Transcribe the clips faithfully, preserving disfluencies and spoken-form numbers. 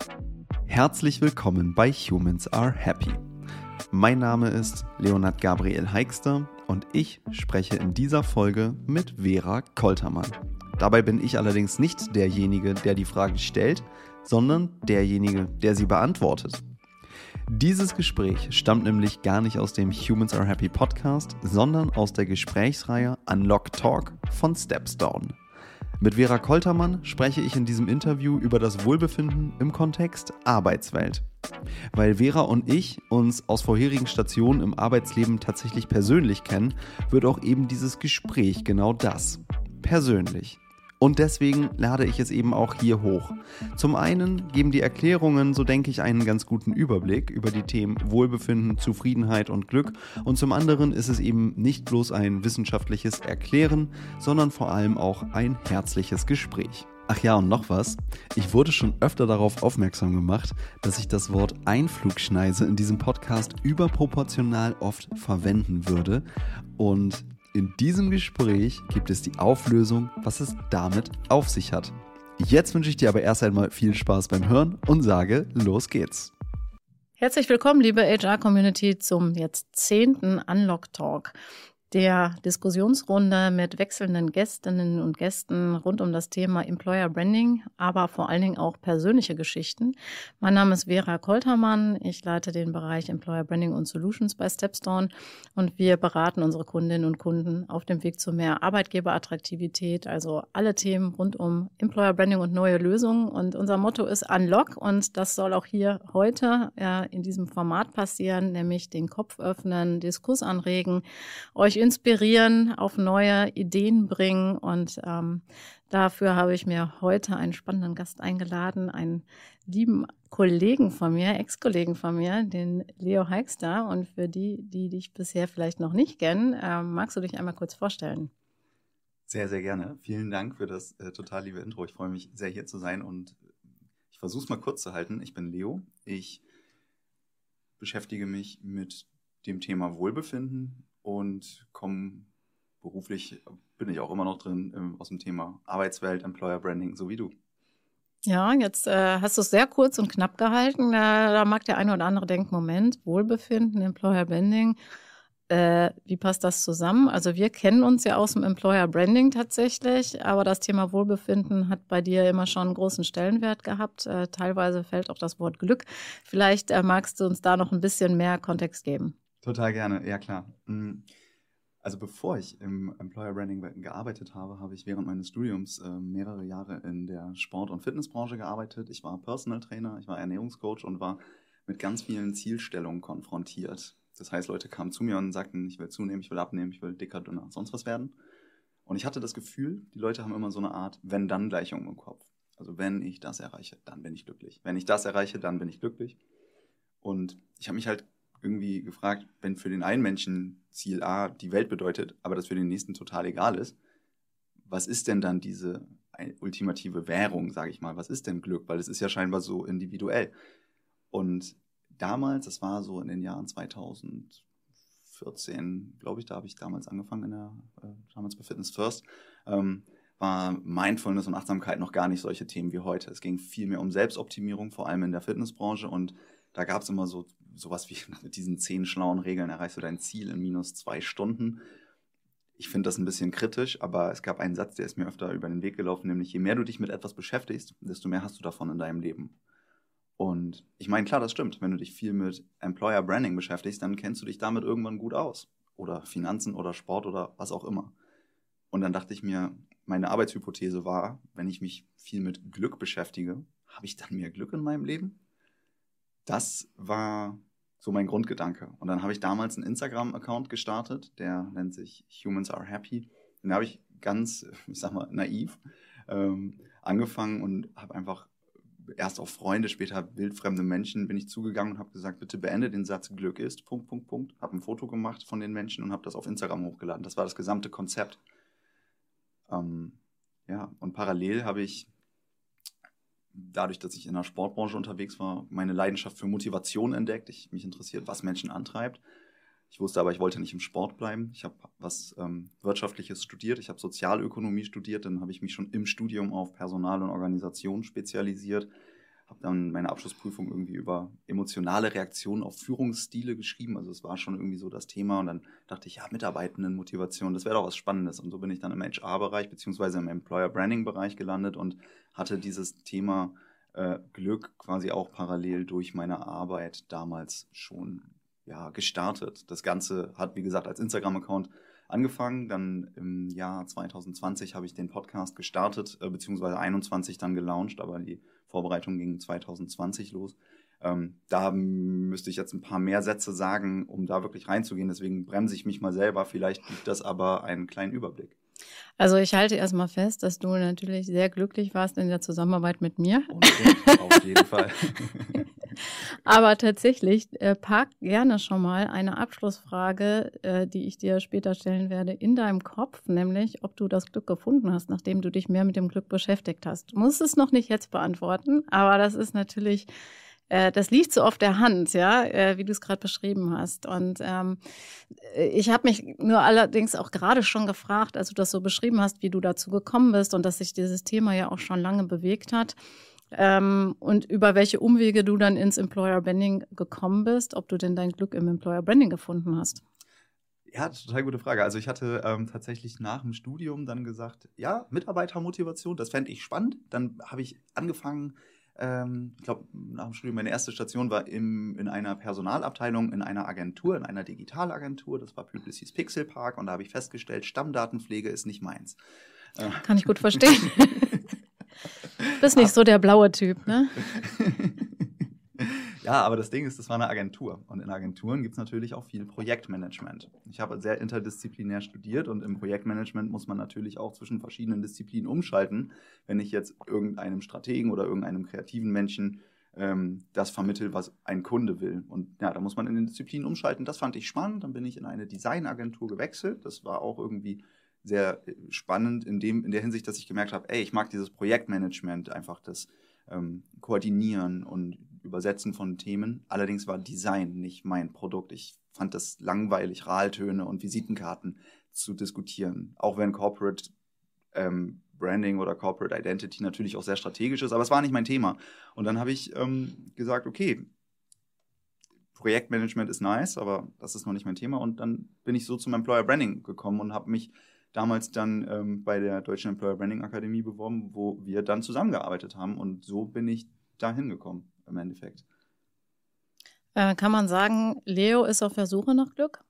Herzlich willkommen bei Humans Are Happy. Mein Name ist Leonhard Gabriel Heikster und ich spreche in dieser Folge mit Vera Koltermann. Dabei bin ich allerdings nicht derjenige, der die Frage stellt, sondern derjenige, der sie beantwortet. Dieses Gespräch stammt nämlich gar nicht aus dem Humans Are Happy Podcast, sondern aus der Gesprächsreihe Unlock Talk von Stepstone. Mit Vera Koltermann spreche ich in diesem Interview über das Wohlbefinden im Kontext Arbeitswelt. Weil Vera und ich uns aus vorherigen Stationen im Arbeitsleben tatsächlich persönlich kennen, wird auch eben dieses Gespräch genau das. Persönlich. Und deswegen lade ich es eben auch hier hoch. Zum einen geben die Erklärungen, so denke ich, einen ganz guten Überblick über die Themen Wohlbefinden, Zufriedenheit und Glück. Und zum anderen ist es eben nicht bloß ein wissenschaftliches Erklären, sondern vor allem auch ein herzliches Gespräch. Ach ja, und noch was. Ich wurde schon öfter darauf aufmerksam gemacht, dass ich das Wort Einflugschneise in diesem Podcast überproportional oft verwenden würde. Und in diesem Gespräch gibt es die Auflösung, was es damit auf sich hat. Jetzt wünsche ich dir aber erst einmal viel Spaß beim Hören und sage, los geht's. Herzlich willkommen, liebe H R-Community, zum jetzt zehnten Unlock Talk, der Diskussionsrunde mit wechselnden Gästinnen und Gästen rund um das Thema Employer Branding, aber vor allen Dingen auch persönliche Geschichten. Mein Name ist Vera Koltermann, ich leite den Bereich Employer Branding und Solutions bei Stepstone und wir beraten unsere Kundinnen und Kunden auf dem Weg zu mehr Arbeitgeberattraktivität, also alle Themen rund um Employer Branding und neue Lösungen. Und unser Motto ist Unlock und das soll auch hier heute äh, in diesem Format passieren, nämlich den Kopf öffnen, Diskurs anregen, euch inspirieren, auf neue Ideen bringen und ähm, dafür habe ich mir heute einen spannenden Gast eingeladen, einen lieben Kollegen von mir, Ex-Kollegen von mir, den Leo Heikster. Und für die, die dich bisher vielleicht noch nicht kennen, äh, magst du dich einmal kurz vorstellen? Sehr, sehr gerne. Vielen Dank für das äh, total liebe Intro. Ich freue mich sehr, hier zu sein und ich versuche es mal kurz zu halten. Ich bin Leo. Ich beschäftige mich mit dem Thema Wohlbefinden und komme beruflich, bin ich auch immer noch drin, ähm, aus dem Thema Arbeitswelt, Employer Branding, so wie du. Ja, jetzt äh, hast du es sehr kurz und knapp gehalten. Äh, da mag der eine oder andere denken, Moment, Wohlbefinden, Employer Branding, äh, wie passt das zusammen? Also wir kennen uns ja aus dem Employer Branding tatsächlich, aber das Thema Wohlbefinden hat bei dir immer schon einen großen Stellenwert gehabt. Äh, teilweise fällt auch das Wort Glück. Vielleicht äh, magst du uns da noch ein bisschen mehr Kontext geben. Total gerne, ja klar. Also bevor ich im Employer Branding gearbeitet habe, habe ich während meines Studiums äh, mehrere Jahre in der Sport- und Fitnessbranche gearbeitet. Ich war Personal Trainer, ich war Ernährungscoach und war mit ganz vielen Zielstellungen konfrontiert. Das heißt, Leute kamen zu mir und sagten, ich will zunehmen, ich will abnehmen, ich will dicker, dünner, sonst was werden. Und ich hatte das Gefühl, die Leute haben immer so eine Art Wenn-Dann-Gleichung im Kopf. Also wenn ich das erreiche, dann bin ich glücklich. Wenn ich das erreiche, dann bin ich glücklich. Und ich habe mich halt irgendwie gefragt, wenn für den einen Menschen Ziel A die Welt bedeutet, aber das für den nächsten total egal ist, was ist denn dann diese ultimative Währung, sage ich mal? Was ist denn Glück? Weil es ist ja scheinbar so individuell. Und damals, das war so in den Jahren zweitausendvierzehn, glaube ich, da habe ich damals angefangen, in der, äh, damals bei Fitness First, ähm, war Mindfulness und Achtsamkeit noch gar nicht solche Themen wie heute. Es ging viel mehr um Selbstoptimierung, vor allem in der Fitnessbranche, und da gab es immer so sowas wie mit diesen zehn schlauen Regeln erreichst du dein Ziel in minus zwei Stunden. Ich finde das ein bisschen kritisch, aber es gab einen Satz, der ist mir öfter über den Weg gelaufen, nämlich je mehr du dich mit etwas beschäftigst, desto mehr hast du davon in deinem Leben. Und ich meine, klar, das stimmt. Wenn du dich viel mit Employer Branding beschäftigst, dann kennst du dich damit irgendwann gut aus. Oder Finanzen oder Sport oder was auch immer. Und dann dachte ich mir, meine Arbeitshypothese war, wenn ich mich viel mit Glück beschäftige, habe ich dann mehr Glück in meinem Leben? Das war so mein Grundgedanke. Und dann habe ich damals einen Instagram-Account gestartet, der nennt sich Humans Are Happy. Den habe ich ganz, ich sag mal, naiv ähm, angefangen und habe einfach erst auf Freunde, später wildfremde Menschen bin ich zugegangen und habe gesagt, bitte beende den Satz, Glück ist, Punkt, Punkt, Punkt. Habe ein Foto gemacht von den Menschen und habe das auf Instagram hochgeladen. Das war das gesamte Konzept. Ähm, ja, und parallel habe ich, dadurch, dass ich in der Sportbranche unterwegs war, meine Leidenschaft für Motivation entdeckt. Ich, mich interessiert, was Menschen antreibt. Ich wusste aber, ich wollte nicht im Sport bleiben. Ich habe was ähm, Wirtschaftliches studiert. Ich habe Sozialökonomie studiert. Dann habe ich mich schon im Studium auf Personal und Organisation spezialisiert. habe dann meine Abschlussprüfung irgendwie über emotionale Reaktionen auf Führungsstile geschrieben. Also es war schon irgendwie so das Thema und dann dachte ich, ja, Mitarbeitendenmotivation, das wäre doch was Spannendes. Und so bin ich dann im H R-Bereich beziehungsweise im Employer-Branding-Bereich gelandet und hatte dieses Thema äh, Glück quasi auch parallel durch meine Arbeit damals schon ja, gestartet. Das Ganze hat, wie gesagt, als Instagram-Account angefangen. Dann im Jahr zwanzig zwanzig habe ich den Podcast gestartet, äh, beziehungsweise einundzwanzig dann gelauncht, aber die Vorbereitung ging zwanzig zwanzig los. Ähm, da müsste ich jetzt ein paar mehr Sätze sagen, um da wirklich reinzugehen. Deswegen bremse ich mich mal selber. Vielleicht gibt das aber einen kleinen Überblick. Also ich halte erstmal fest, dass du natürlich sehr glücklich warst in der Zusammenarbeit mit mir. Und auf jeden Fall. Aber tatsächlich, äh, park gerne schon mal eine Abschlussfrage, äh, die ich dir später stellen werde, in deinem Kopf, nämlich ob du das Glück gefunden hast, nachdem du dich mehr mit dem Glück beschäftigt hast. Du musst es noch nicht jetzt beantworten, aber das ist natürlich, äh, das liegt so auf der Hand, ja, äh, wie du es gerade beschrieben hast. Und ähm, ich habe mich nur allerdings auch gerade schon gefragt, als du das so beschrieben hast, wie du dazu gekommen bist und dass sich dieses Thema ja auch schon lange bewegt hat. Ähm, und über welche Umwege du dann ins Employer Branding gekommen bist, ob du denn dein Glück im Employer Branding gefunden hast. Ja, total gute Frage. Also ich hatte ähm, tatsächlich nach dem Studium dann gesagt, ja, Mitarbeitermotivation, das fände ich spannend. Dann habe ich angefangen, ähm, ich glaube, nach dem Studium, meine erste Station war im, in einer Personalabteilung, in einer Agentur, in einer Digitalagentur. Das war Publicis Pixel Park und da habe ich festgestellt, Stammdatenpflege ist nicht meins. Äh. Kann ich gut verstehen. Du bist nicht so der blaue Typ, ne? Ja, aber das Ding ist, das war eine Agentur. Und in Agenturen gibt es natürlich auch viel Projektmanagement. Ich habe sehr interdisziplinär studiert und im Projektmanagement muss man natürlich auch zwischen verschiedenen Disziplinen umschalten, wenn ich jetzt irgendeinem Strategen oder irgendeinem kreativen Menschen ähm, das vermittle, was ein Kunde will. Und ja, da muss man in den Disziplinen umschalten. Das fand ich spannend. Dann bin ich in eine Designagentur gewechselt. Das war auch irgendwie sehr spannend in, dem, in der Hinsicht, dass ich gemerkt habe, ey, ich mag dieses Projektmanagement, einfach das ähm, Koordinieren und Übersetzen von Themen. Allerdings war Design nicht mein Produkt. Ich fand das langweilig, Rahltöne und Visitenkarten zu diskutieren. Auch wenn Corporate ähm, Branding oder Corporate Identity natürlich auch sehr strategisch ist, aber es war nicht mein Thema. Und dann habe ich ähm, gesagt, okay, Projektmanagement ist nice, aber das ist noch nicht mein Thema. Und dann bin ich so zum Employer Branding gekommen und habe mich damals dann ähm, bei der Deutschen Employer Branding Akademie beworben, wo wir dann zusammengearbeitet haben. Und so bin ich da hingekommen im Endeffekt. Äh, kann man sagen, Leo ist auf der Suche nach Glück?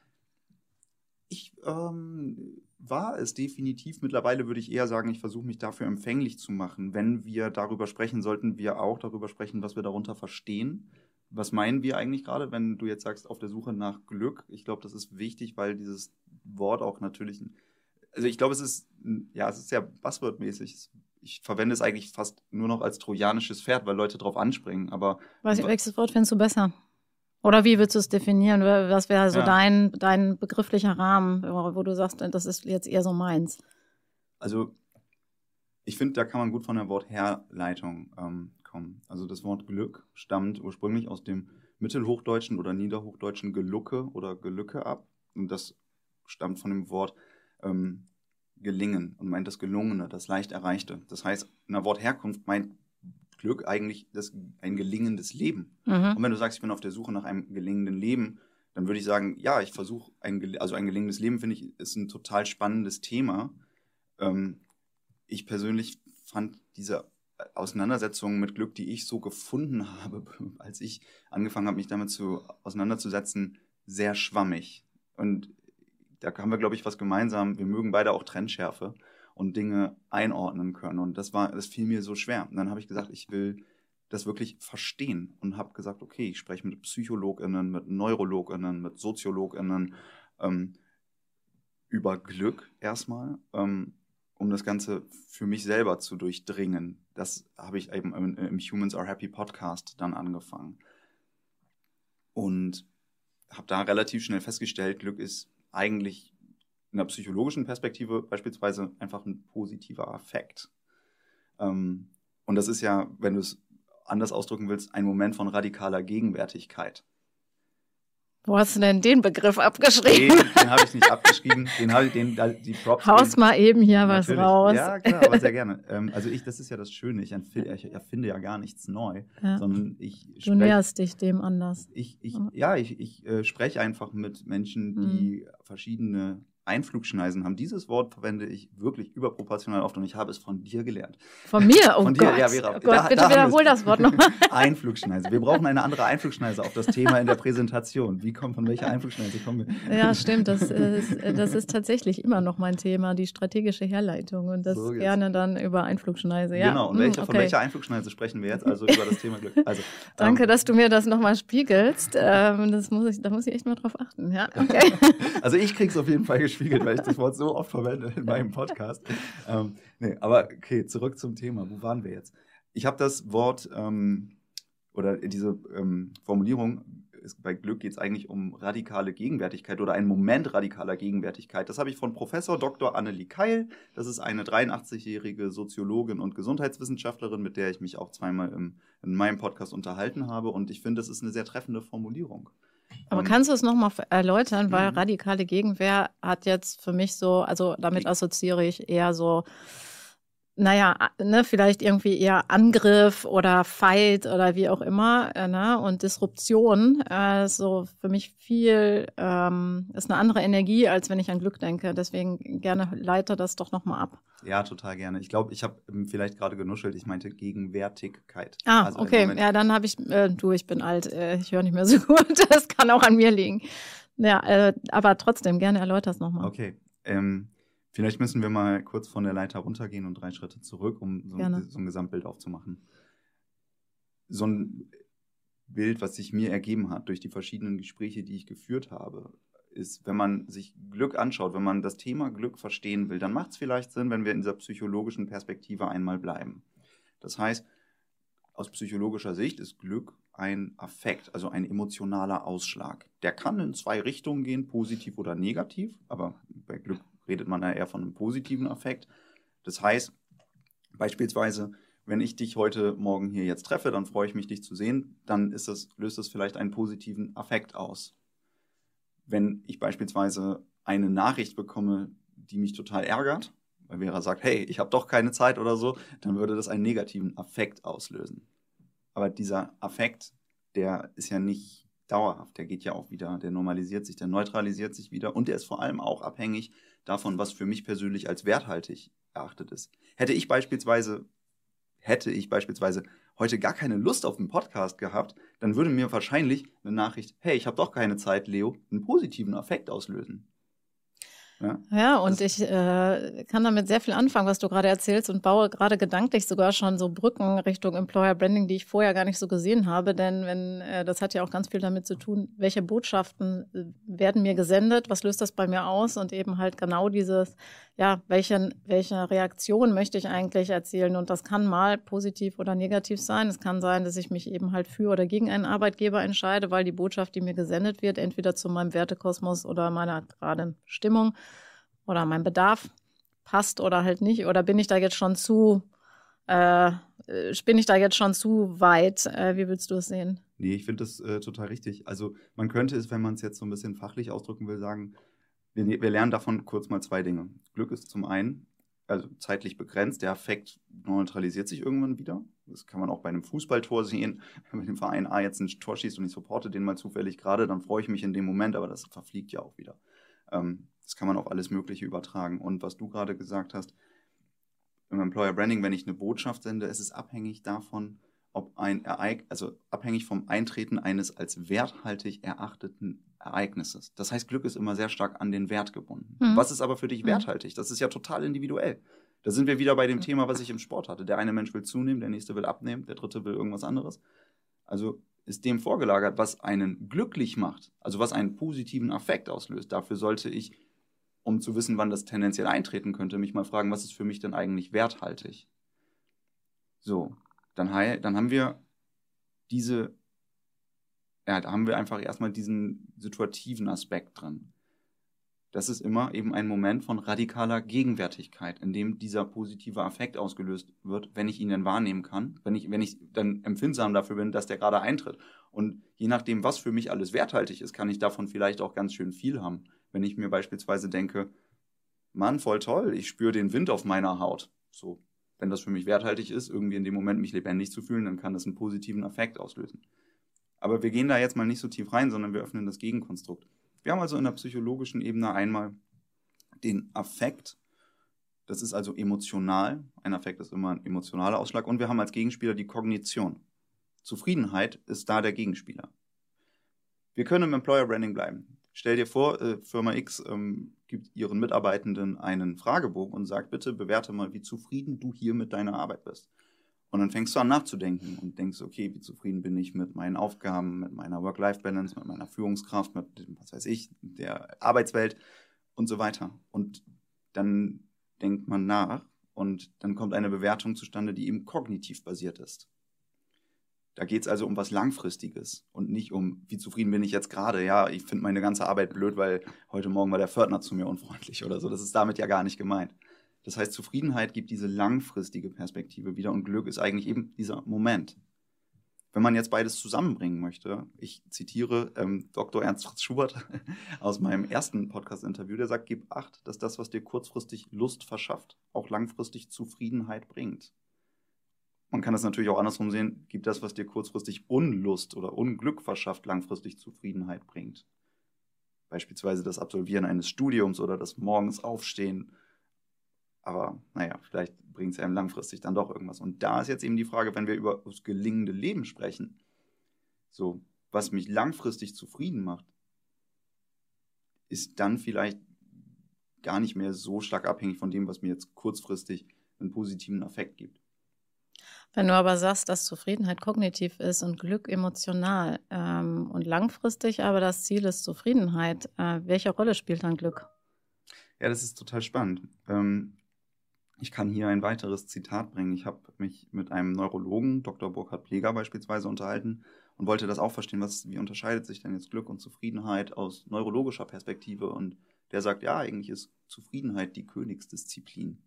Ich ähm, war es definitiv. Mittlerweile würde ich eher sagen, ich versuche mich dafür empfänglich zu machen. Wenn wir darüber sprechen, sollten wir auch darüber sprechen, was wir darunter verstehen. Was meinen wir eigentlich gerade, wenn du jetzt sagst, auf der Suche nach Glück? Ich glaube, das ist wichtig, weil dieses Wort auch natürlich, also ich glaube, es ist, ja, es ist sehr buzzwordmäßig. Ich verwende es eigentlich fast nur noch als trojanisches Pferd, weil Leute drauf anspringen. Aber Was, welches Wort findest du besser? Oder wie willst du es definieren? Was wäre so ja. dein, dein begrifflicher Rahmen, wo du sagst, das ist jetzt eher so meins? Also ich finde, da kann man gut von der Wortherleitung ähm, kommen. Also das Wort Glück stammt ursprünglich aus dem mittelhochdeutschen oder niederhochdeutschen Gelucke oder Gelücke ab. Und das stammt von dem Wort ähm, gelingen und meint das Gelungene, das leicht Erreichte. Das heißt, in der Wortherkunft meint Glück eigentlich das, ein gelingendes Leben. Mhm. Und wenn du sagst, ich bin auf der Suche nach einem gelingenden Leben, dann würde ich sagen, ja, ich versuche, ein, also ein gelingendes Leben, finde ich, ist ein total spannendes Thema. Ähm, ich persönlich fand diese Auseinandersetzung mit Glück, die ich so gefunden habe, als ich angefangen habe, mich damit zu, auseinanderzusetzen, sehr schwammig. Und da haben wir, glaube ich, was gemeinsam. Wir mögen beide auch Trennschärfe und Dinge einordnen können. Und das war, das fiel mir so schwer. Und dann habe ich gesagt, ich will das wirklich verstehen und habe gesagt, okay, ich spreche mit PsychologInnen, mit NeurologInnen, mit SoziologInnen ähm, über Glück erstmal, ähm, um das Ganze für mich selber zu durchdringen. Das habe ich eben im, im Humans Are Happy Podcast dann angefangen. Und habe da relativ schnell festgestellt, Glück ist eigentlich in der psychologischen Perspektive beispielsweise einfach ein positiver Affekt. Ähm, und das ist ja, wenn du es anders ausdrücken willst, ein Moment von radikaler Gegenwärtigkeit. Wo hast du denn den Begriff abgeschrieben? Den, den habe ich nicht abgeschrieben. Den habe ich, den, die Props. Haus den, mal eben hier was natürlich. raus. Ja, klar, aber sehr gerne. Ähm, also ich, das ist ja das Schöne. Ich erfinde, ich erfinde ja gar nichts neu, Ja. sondern ich Du spreche, näherst dich dem anders. Ich, ich, ja, ich, ich äh, spreche einfach mit Menschen, die Mhm. verschiedene Einflugschneisen haben. Dieses Wort verwende ich wirklich überproportional oft und ich habe es von dir gelernt. Von mir? Oh Von dir, Gott. ja, Vera. Oh Gott, Da- bitte da haben wir wiederhol es. das Wort nochmal. Einflugschneise. Wir brauchen eine andere Einflugschneise auf das Thema in der Präsentation. Wie kommt, von welcher Einflugschneise kommen wir? Ja, stimmt. Das ist, das ist tatsächlich immer noch mein Thema, die strategische Herleitung und das So jetzt. gerne dann über Einflugschneise. Ja, Genau, und hm, welche, von okay. welcher Einflugschneise sprechen wir jetzt? Also über das Thema Glück. Also, Danke, ähm, dass du mir das nochmal spiegelst. Ähm, das muss ich, da muss ich echt mal drauf achten. Ja, okay. Also ich krieg's auf jeden Fall gespiegelt, weil ich das Wort so oft verwende in meinem Podcast. Ähm, nee, aber okay, zurück zum Thema. Wo waren wir jetzt? Ich habe das Wort ähm, oder diese ähm, Formulierung, ist, bei Glück geht es eigentlich um radikale Gegenwärtigkeit oder einen Moment radikaler Gegenwärtigkeit. Das habe ich von Professor Doktor Annelie Keil. Das ist eine dreiundachtzigjährige Soziologin und Gesundheitswissenschaftlerin, mit der ich mich auch zweimal im, in meinem Podcast unterhalten habe. Und ich finde, das ist eine sehr treffende Formulierung. Aber Ähm, kannst du es nochmal erläutern, weil Mhm. radikale Gegenwehr hat jetzt für mich so, also damit assoziiere ich eher so, naja, ne, vielleicht irgendwie eher Angriff oder Fight oder wie auch immer, äh, ne, und Disruption, äh, so für mich viel, ähm, ist eine andere Energie, als wenn ich an Glück denke. Deswegen gerne leite das doch nochmal ab. Ja, total gerne. Ich glaube, ich habe ähm, vielleicht gerade genuschelt. Ich meinte Gegenwärtigkeit. Ah, Also ein okay, Moment. ja, dann habe ich, äh, du, ich bin alt, äh, ich höre nicht mehr so gut, das kann auch an mir liegen. Ja, äh, aber trotzdem, gerne erläuter es nochmal. Okay. Ähm, vielleicht müssen wir mal kurz von der Leiter runtergehen und drei Schritte zurück, um so Gerne. ein, so ein Gesamtbild aufzumachen. So ein Bild, was sich mir ergeben hat durch die verschiedenen Gespräche, die ich geführt habe, ist, wenn man sich Glück anschaut, wenn man das Thema Glück verstehen will, dann macht es vielleicht Sinn, wenn wir in dieser psychologischen Perspektive einmal bleiben. Das heißt, aus psychologischer Sicht ist Glück ein Affekt, also ein emotionaler Ausschlag. Der kann in zwei Richtungen gehen, positiv oder negativ, aber bei Glück redet man ja eher von einem positiven Affekt. Das heißt, beispielsweise, wenn ich dich heute Morgen hier jetzt treffe, dann freue ich mich, dich zu sehen, dann ist das, löst das vielleicht einen positiven Affekt aus. Wenn ich beispielsweise eine Nachricht bekomme, die mich total ärgert, weil Vera sagt, hey, ich habe doch keine Zeit oder so, dann würde das einen negativen Affekt auslösen. Aber dieser Affekt, der ist ja nicht dauerhaft, der geht ja auch wieder, der normalisiert sich, der neutralisiert sich wieder und der ist vor allem auch abhängig davon, was für mich persönlich als werthaltig erachtet ist. Hätte ich beispielsweise, hätte ich beispielsweise heute gar keine Lust auf einen Podcast gehabt, dann würde mir wahrscheinlich eine Nachricht, hey, ich habe doch keine Zeit, Leo, einen positiven Affekt auslösen. Ja, Ja, und also, ich äh, kann damit sehr viel anfangen, was du gerade erzählst und baue gerade gedanklich sogar schon so Brücken Richtung Employer Branding, die ich vorher gar nicht so gesehen habe, denn wenn äh, das hat ja auch ganz viel damit zu tun, welche Botschaften äh, werden mir gesendet, was löst das bei mir aus und eben halt genau dieses, ja, welche, welche Reaktion möchte ich eigentlich erzielen und das kann mal positiv oder negativ sein. Es kann sein, dass ich mich eben halt für oder gegen einen Arbeitgeber entscheide, weil die Botschaft, die mir gesendet wird, entweder zu meinem Wertekosmos oder meiner gerade Stimmung oder mein Bedarf passt oder halt nicht. Oder bin ich da jetzt schon zu, äh, bin ich da jetzt schon zu weit? Äh, wie willst du es sehen? Nee, ich finde das äh, total richtig. Also man könnte es, wenn man es jetzt so ein bisschen fachlich ausdrücken will, sagen, wir, wir lernen davon kurz mal zwei Dinge. Glück ist zum einen, also zeitlich begrenzt, der Affekt neutralisiert sich irgendwann wieder. Das kann man auch bei einem Fußballtor sehen. Wenn man dem Verein A jetzt ein Tor schießt und ich supporte den mal zufällig gerade, dann freue ich mich in dem Moment, aber das verfliegt ja auch wieder. Ähm, das kann man auf alles Mögliche übertragen. Und was du gerade gesagt hast, im Employer Branding, wenn ich eine Botschaft sende, ist es abhängig davon, ob ein Ereignis, also abhängig vom Eintreten eines als werthaltig erachteten Ereignisses. Das heißt, Glück ist immer sehr stark an den Wert gebunden. Mhm. Was ist aber für dich Mhm. werthaltig? Das ist ja total individuell. Da sind wir wieder bei dem Thema, was ich im Sport hatte. Der eine Mensch will zunehmen, der nächste will abnehmen, der dritte will irgendwas anderes. Also ist dem vorgelagert, was einen glücklich macht, also was einen positiven Affekt auslöst. Dafür sollte ich, um zu wissen, wann das tendenziell eintreten könnte, mich mal fragen, was ist für mich denn eigentlich werthaltig? So, dann, dann haben wir diese, ja, da haben wir einfach erstmal diesen situativen Aspekt drin. das ist immer eben ein Moment von radikaler Gegenwärtigkeit, in dem dieser positive Affekt ausgelöst wird, wenn ich ihn dann wahrnehmen kann, wenn ich, wenn ich dann empfindsam dafür bin, dass der gerade eintritt. Und je nachdem, was für mich alles werthaltig ist, kann ich davon vielleicht auch ganz schön viel haben. Wenn ich mir beispielsweise denke, Mann, voll toll, ich spüre den Wind auf meiner Haut. So, wenn das für mich werthaltig ist, irgendwie in dem Moment mich lebendig zu fühlen, dann kann das einen positiven Affekt auslösen. Aber wir gehen da jetzt mal nicht so tief rein, sondern wir öffnen das Gegenkonstrukt. Wir haben also in der psychologischen Ebene einmal den Affekt, das ist also emotional, ein Affekt ist immer ein emotionaler Ausschlag, und wir haben als Gegenspieler die Kognition. Zufriedenheit ist da der Gegenspieler. Wir können im Employer Branding bleiben. Stell dir vor, äh, Firma X ähm, gibt ihren Mitarbeitenden einen Fragebogen und sagt, bitte bewerte mal, wie zufrieden du hier mit deiner Arbeit bist. Und dann fängst du an nachzudenken und denkst, okay, wie zufrieden bin ich mit meinen Aufgaben, mit meiner Work-Life-Balance, mit meiner Führungskraft, mit, was weiß ich, der Arbeitswelt und so weiter. Und dann denkt man nach und dann kommt eine Bewertung zustande, die eben kognitiv basiert ist. Da geht es also um was Langfristiges und nicht um, wie zufrieden bin ich jetzt gerade. Ja, ich finde meine ganze Arbeit blöd, weil heute Morgen war der Pförtner zu mir unfreundlich oder so. Das ist damit ja gar nicht gemeint. Das heißt, Zufriedenheit gibt diese langfristige Perspektive wieder und Glück ist eigentlich eben dieser Moment. Wenn man jetzt beides zusammenbringen möchte, ich zitiere ähm, Doktor Ernst Fritz Schubert aus meinem ersten Podcast-Interview, der sagt, gib Acht, dass das, was dir kurzfristig Lust verschafft, auch langfristig Zufriedenheit bringt. Man kann das natürlich auch andersrum sehen, gib das, was dir kurzfristig Unlust oder Unglück verschafft, langfristig Zufriedenheit bringt. Beispielsweise das Absolvieren eines Studiums oder das morgens Aufstehen. Aber naja, vielleicht bringt es einem langfristig dann doch irgendwas. Und da ist jetzt eben die Frage, wenn wir über das gelingende Leben sprechen, so, was mich langfristig zufrieden macht, ist dann vielleicht gar nicht mehr so stark abhängig von dem, was mir jetzt kurzfristig einen positiven Effekt gibt. Wenn du aber sagst, dass Zufriedenheit kognitiv ist und Glück emotional ähm, und langfristig aber das Ziel ist Zufriedenheit, äh, welche Rolle spielt dann Glück? Ja, das ist total spannend. Ähm, Ich kann hier ein weiteres Zitat bringen. Ich habe mich mit einem Neurologen, Doktor Burkhard Pleger beispielsweise, unterhalten und wollte das auch verstehen, was, wie unterscheidet sich denn jetzt Glück und Zufriedenheit aus neurologischer Perspektive. Und der sagt, ja, eigentlich ist Zufriedenheit die Königsdisziplin.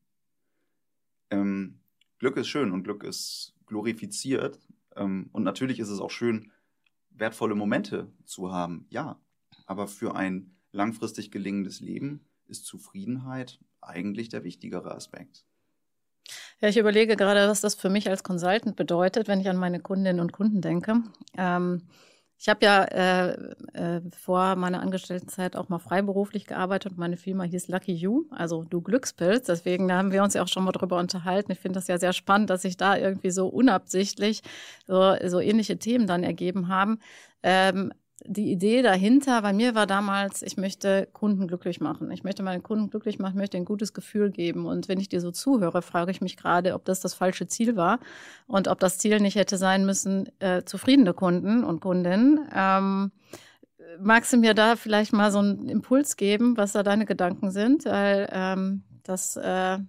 Ähm, Glück ist schön und Glück ist glorifiziert. Ähm, und natürlich ist es auch schön, wertvolle Momente zu haben. Ja, aber für ein langfristig gelingendes Leben ist Zufriedenheit eigentlich der wichtigere Aspekt. Ja, ich überlege gerade, was das für mich als Consultant bedeutet, wenn ich an meine Kundinnen und Kunden denke. Ähm, ich habe ja äh, äh, vor meiner Angestelltenzeit auch mal freiberuflich gearbeitet und meine Firma hieß Lucky You, also du Glückspilz. Deswegen haben wir uns ja auch schon mal drüber unterhalten. Ich finde das ja sehr spannend, dass sich da irgendwie so unabsichtlich so, so ähnliche Themen dann ergeben haben. Ähm, Die Idee dahinter, bei mir war damals, ich möchte Kunden glücklich machen. Ich möchte meine Kunden glücklich machen, möchte ein gutes Gefühl geben. Und wenn ich dir so zuhöre, frage ich mich gerade, ob das das falsche Ziel war und ob das Ziel nicht hätte sein müssen, äh, zufriedene Kunden und Kundinnen. Ähm, magst du mir da vielleicht mal so einen Impuls geben, was da deine Gedanken sind? Weil ähm, das... Äh,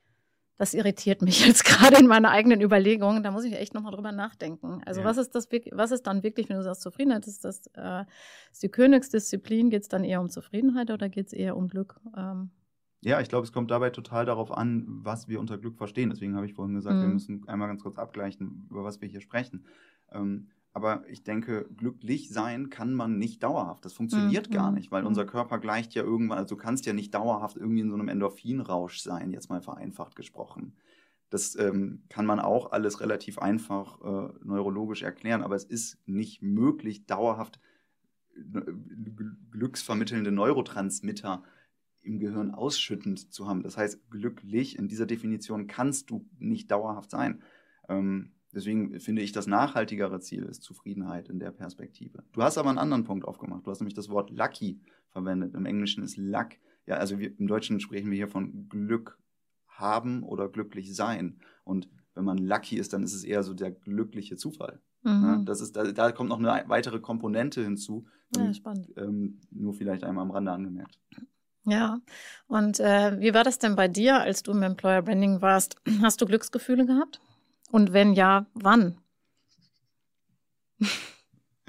Das irritiert mich jetzt gerade in meiner eigenen Überlegungen. Da muss ich echt nochmal drüber nachdenken. Also ja. was ist das, was ist dann wirklich, wenn du sagst Zufriedenheit, ist das äh, ist die Königsdisziplin? Geht es dann eher um Zufriedenheit oder geht es eher um Glück? Ähm ja, ich glaube, es kommt dabei total darauf an, was wir unter Glück verstehen. Deswegen habe ich vorhin gesagt, mhm. wir müssen einmal ganz kurz abgleichen, über was wir hier sprechen. Ähm, aber ich denke, glücklich sein kann man nicht dauerhaft. Das funktioniert mhm. gar nicht, weil mhm. unser Körper gleicht ja irgendwann, also du kannst ja nicht dauerhaft irgendwie in so einem Endorphinrausch sein, jetzt mal vereinfacht gesprochen. Das ähm, kann man auch alles relativ einfach äh, neurologisch erklären, aber es ist nicht möglich, dauerhaft äh, glücksvermittelnde Neurotransmitter im Gehirn ausschüttend zu haben. Das heißt, glücklich in dieser Definition kannst du nicht dauerhaft sein. Ähm, Deswegen finde ich, das nachhaltigere Ziel ist Zufriedenheit in der Perspektive. Du hast aber einen anderen Punkt aufgemacht. Du hast nämlich das Wort lucky verwendet. Im Englischen ist luck. Ja, also wir, im Deutschen sprechen wir hier von Glück haben oder glücklich sein. Und wenn man lucky ist, dann ist es eher so der glückliche Zufall. Mhm. Ja, das ist, da, da kommt noch eine weitere Komponente hinzu. Ja, und, spannend. Ähm, nur vielleicht einmal am Rande angemerkt. Ja, und äh, wie war das denn bei dir, als du im Employer Branding warst? Hast du Glücksgefühle gehabt? Und wenn ja, wann?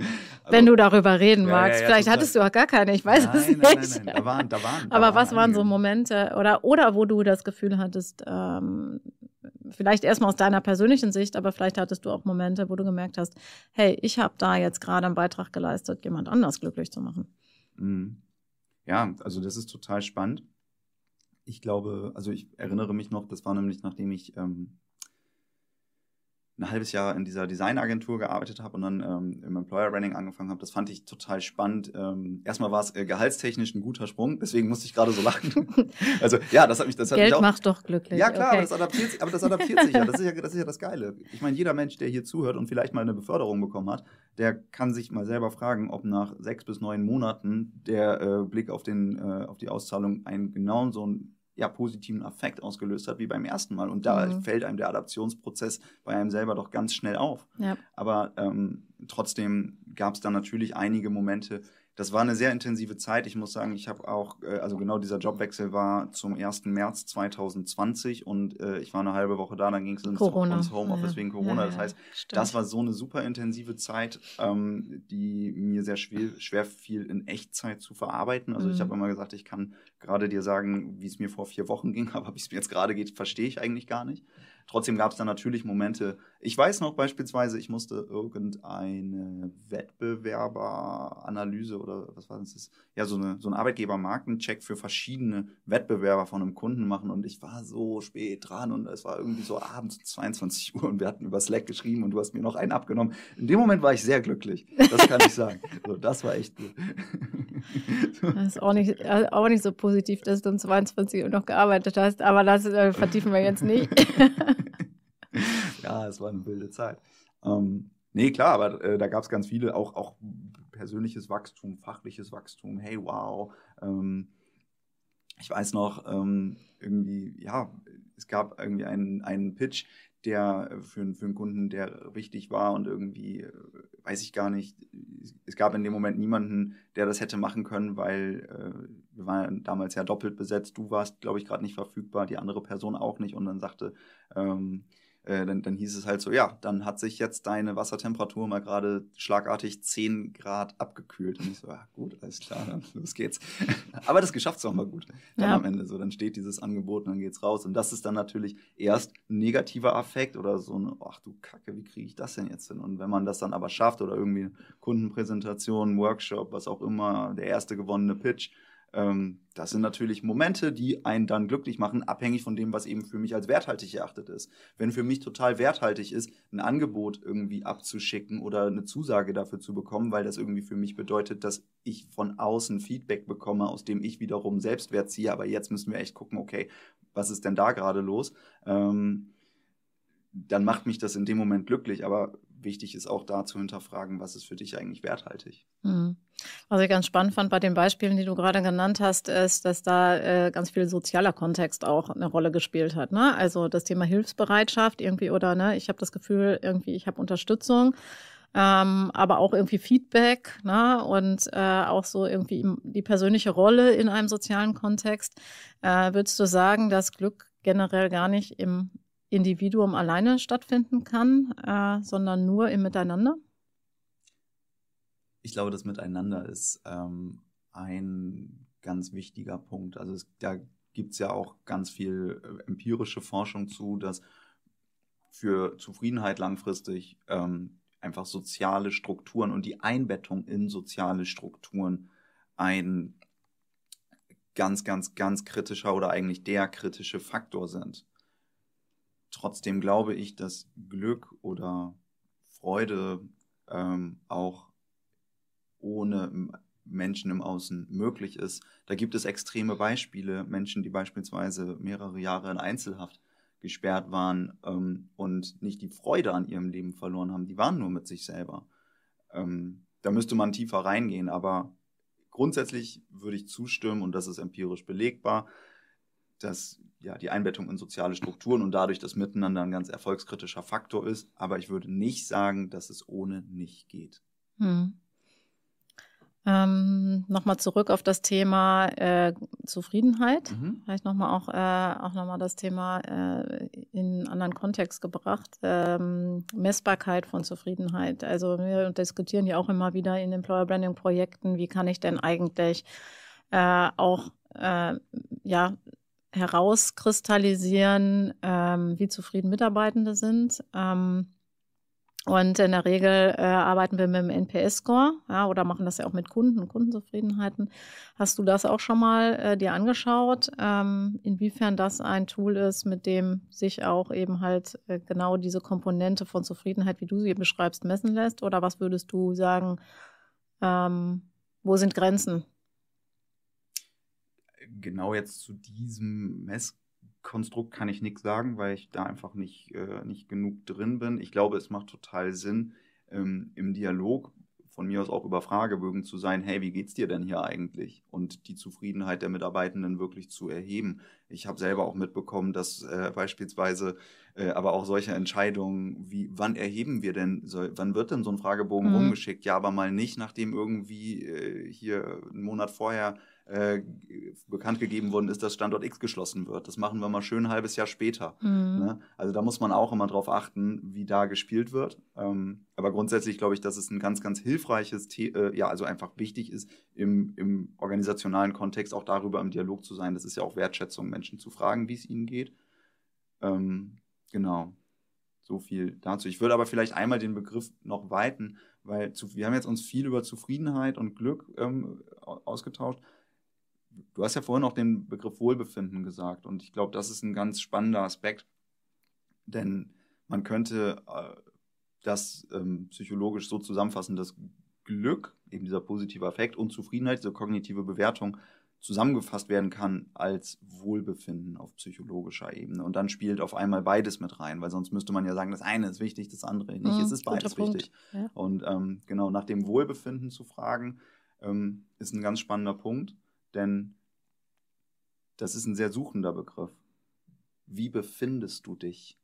Also, wenn du darüber reden ja, magst. ja, ja, Vielleicht total. hattest du auch gar keine, ich weiß nein, es nein, nicht. Nein, nein, nein, da waren, da waren. Da Aber waren was waren einige. so Momente oder, oder wo du das Gefühl hattest, ähm, vielleicht erstmal aus deiner persönlichen Sicht, aber vielleicht hattest du auch Momente, wo du gemerkt hast, hey, ich habe da jetzt gerade einen Beitrag geleistet, jemand anders glücklich zu machen. Mhm. Ja, also das ist total spannend. Ich glaube, also ich erinnere mich noch, das war nämlich, nachdem ich ähm, ein halbes Jahr in dieser Designagentur gearbeitet habe und dann ähm, im Employer Branding angefangen habe. Das fand ich total spannend. Ähm, erstmal war es äh, gehaltstechnisch ein guter Sprung, deswegen musste ich gerade so lachen. Also ja, das hat mich, das hat Geld mich auch. macht doch glücklich. Ja klar, okay. aber das adaptiert sich, aber das adaptiert sich ja. Das ist ja, das ist ja das Geile. Ich meine, jeder Mensch, der hier zuhört und vielleicht mal eine Beförderung bekommen hat, der kann sich mal selber fragen, ob nach sechs bis neun Monaten der äh, Blick auf den, äh, auf die Auszahlung einen genau so einen ja, positiven Affekt ausgelöst hat wie beim ersten Mal. Und da mhm. fällt einem der Adaptionsprozess bei einem selber doch ganz schnell auf. Ja. Aber ähm, trotzdem gab es dann natürlich einige Momente. Das war eine sehr intensive Zeit. Ich muss sagen, ich habe auch, äh, also genau dieser Jobwechsel war zum ersten März zwanzig zwanzig und äh, ich war eine halbe Woche da, dann ging es ins, ins Homeoffice ja. wegen Corona. Ja, das heißt, stimmt. Das war so eine super intensive Zeit, ähm, die mir sehr schwer, schwer fiel, in Echtzeit zu verarbeiten. Also mhm. ich habe immer gesagt, ich kann gerade dir sagen, wie es mir vor vier Wochen ging, aber wie es mir jetzt gerade geht, verstehe ich eigentlich gar nicht. Trotzdem gab es dann natürlich Momente. Ich weiß noch beispielsweise, ich musste irgendeine Wettbewerberanalyse oder was war das? Ja, so, eine, so ein Arbeitgebermarkencheck für verschiedene Wettbewerber von einem Kunden machen und ich war so spät dran und es war irgendwie so abends zweiundzwanzig Uhr und wir hatten über Slack geschrieben und du hast mir noch einen abgenommen. In dem Moment war ich sehr glücklich, das kann ich sagen. So, das war echt gut. Das ist auch nicht, auch nicht so positiv, dass du um zweiundzwanzig Uhr noch gearbeitet hast, aber das äh, vertiefen wir jetzt nicht. Ja, es war eine wilde Zeit. Ähm, nee, klar, aber äh, da gab es ganz viele, auch, auch persönliches Wachstum, fachliches Wachstum. Hey, wow. Ähm, ich weiß noch, ähm, irgendwie, ja, es gab irgendwie einen, einen Pitch, der für, für einen Kunden, der wichtig war und irgendwie, weiß ich gar nicht, es gab in dem Moment niemanden, der das hätte machen können, weil äh, wir waren damals ja doppelt besetzt. Du warst, glaube ich, gerade nicht verfügbar, die andere Person auch nicht. Und dann sagte, ähm, äh, dann, dann hieß es halt so, ja, dann hat sich jetzt deine Wassertemperatur mal gerade schlagartig zehn Grad abgekühlt. Und ich so, ja gut, alles klar, dann los geht's. Aber das geschafft es auch mal gut. Dann ja. am Ende so, dann steht dieses Angebot und dann geht's raus. Und das ist dann natürlich erst ein negativer Affekt oder so ein, ach du Kacke, wie kriege ich das denn jetzt hin? Und wenn man das dann aber schafft oder irgendwie Kundenpräsentation, Workshop, was auch immer, der erste gewonnene Pitch, ähm, das sind natürlich Momente, die einen dann glücklich machen, abhängig von dem, was eben für mich als werthaltig erachtet ist. Wenn für mich total werthaltig ist, ein Angebot irgendwie abzuschicken oder eine Zusage dafür zu bekommen, weil das irgendwie für mich bedeutet, dass ich von außen Feedback bekomme, aus dem ich wiederum Selbstwert ziehe, aber jetzt müssen wir echt gucken, okay, was ist denn da gerade los? Ähm, dann macht mich das in dem Moment glücklich, aber wichtig ist auch da zu hinterfragen, was ist für dich eigentlich werthaltig. Mhm. Was ich ganz spannend fand bei den Beispielen, die du gerade genannt hast, ist, dass da äh, ganz viel sozialer Kontext auch eine Rolle gespielt hat. Ne? Also das Thema Hilfsbereitschaft irgendwie oder ne, ich habe das Gefühl, irgendwie ich habe Unterstützung, ähm, aber auch irgendwie Feedback ne? und äh, auch so irgendwie die persönliche Rolle in einem sozialen Kontext. Äh, würdest du sagen, dass Glück generell gar nicht im Individuum alleine stattfinden kann, äh, sondern nur im Miteinander? Ich glaube, das Miteinander ist ähm, ein ganz wichtiger Punkt. Also es, da gibt es ja auch ganz viel äh, empirische Forschung zu, dass für Zufriedenheit langfristig ähm, einfach soziale Strukturen und die Einbettung in soziale Strukturen ein ganz, ganz, ganz kritischer oder eigentlich der kritische Faktor sind. Trotzdem glaube ich, dass Glück oder Freude ähm, auch ohne Menschen im Außen möglich ist. Da gibt es extreme Beispiele, Menschen, die beispielsweise mehrere Jahre in Einzelhaft gesperrt waren ähm, und nicht die Freude an ihrem Leben verloren haben. Die waren nur mit sich selber. Ähm, da müsste man tiefer reingehen, aber grundsätzlich würde ich zustimmen, und das ist empirisch belegbar, dass ja, die Einbettung in soziale Strukturen und dadurch das Miteinander ein ganz erfolgskritischer Faktor ist. Aber ich würde nicht sagen, dass es ohne nicht geht. Hm. Ähm, nochmal zurück auf das Thema äh, Zufriedenheit. Mhm. Vielleicht nochmal auch, äh, auch nochmal das Thema äh, in einen anderen Kontext gebracht. Ähm, Messbarkeit von Zufriedenheit. Also wir diskutieren ja auch immer wieder in Employer Branding Projekten, wie kann ich denn eigentlich äh, auch äh, ja, herauskristallisieren, ähm, wie zufrieden Mitarbeitende sind. Ähm, Und in der Regel äh, arbeiten wir mit dem N P S-Score, ja, oder machen das ja auch mit Kunden, Kundenzufriedenheiten. Hast du das auch schon mal äh, dir angeschaut, ähm, inwiefern das ein Tool ist, mit dem sich auch eben halt äh, genau diese Komponente von Zufriedenheit, wie du sie beschreibst, messen lässt? Oder was würdest du sagen, ähm, wo sind Grenzen? Genau jetzt zu diesem Messkonstrukt kann ich nichts sagen, weil ich da einfach nicht, äh, nicht genug drin bin. Ich glaube, es macht total Sinn, ähm, im Dialog von mir aus auch über Fragebögen zu sein, hey, wie geht's dir denn hier eigentlich? Und die Zufriedenheit der Mitarbeitenden wirklich zu erheben. Ich habe selber auch mitbekommen, dass äh, beispielsweise äh, aber auch solche Entscheidungen wie, wann erheben wir denn, so, wann wird denn so ein Fragebogen Mhm. rumgeschickt? Ja, aber mal nicht, nachdem irgendwie äh, hier einen Monat vorher äh, bekannt gegeben worden ist, dass Standort X geschlossen wird. Das machen wir mal schön ein halbes Jahr später. Mhm. Ne? Also da muss man auch immer drauf achten, wie da gespielt wird. Ähm, aber grundsätzlich glaube ich, dass es ein ganz, ganz hilfreiches, The äh, ja, also einfach wichtig ist, im, im organisationalen Kontext auch darüber im Dialog zu sein. Das ist ja auch Wertschätzung, Menschen zu fragen, wie es ihnen geht. Ähm, genau. So viel dazu. Ich würde aber vielleicht einmal den Begriff noch weiten, weil zu, wir haben jetzt uns viel über Zufriedenheit und Glück ähm, ausgetauscht. Du hast ja vorhin auch den Begriff Wohlbefinden gesagt und ich glaube, das ist ein ganz spannender Aspekt, denn man könnte äh, das ähm, psychologisch so zusammenfassen, dass Glück, eben dieser positive Affekt und Zufriedenheit, diese kognitive Bewertung zusammengefasst werden kann als Wohlbefinden auf psychologischer Ebene. Und dann spielt auf einmal beides mit rein, weil sonst müsste man ja sagen, das eine ist wichtig, das andere nicht. Mhm, Es ist guter beides Punkt. wichtig. Ja. Und ähm, genau nach dem Wohlbefinden zu fragen, ähm, ist ein ganz spannender Punkt, denn das ist ein sehr suchender Begriff. Wie befindest du dich?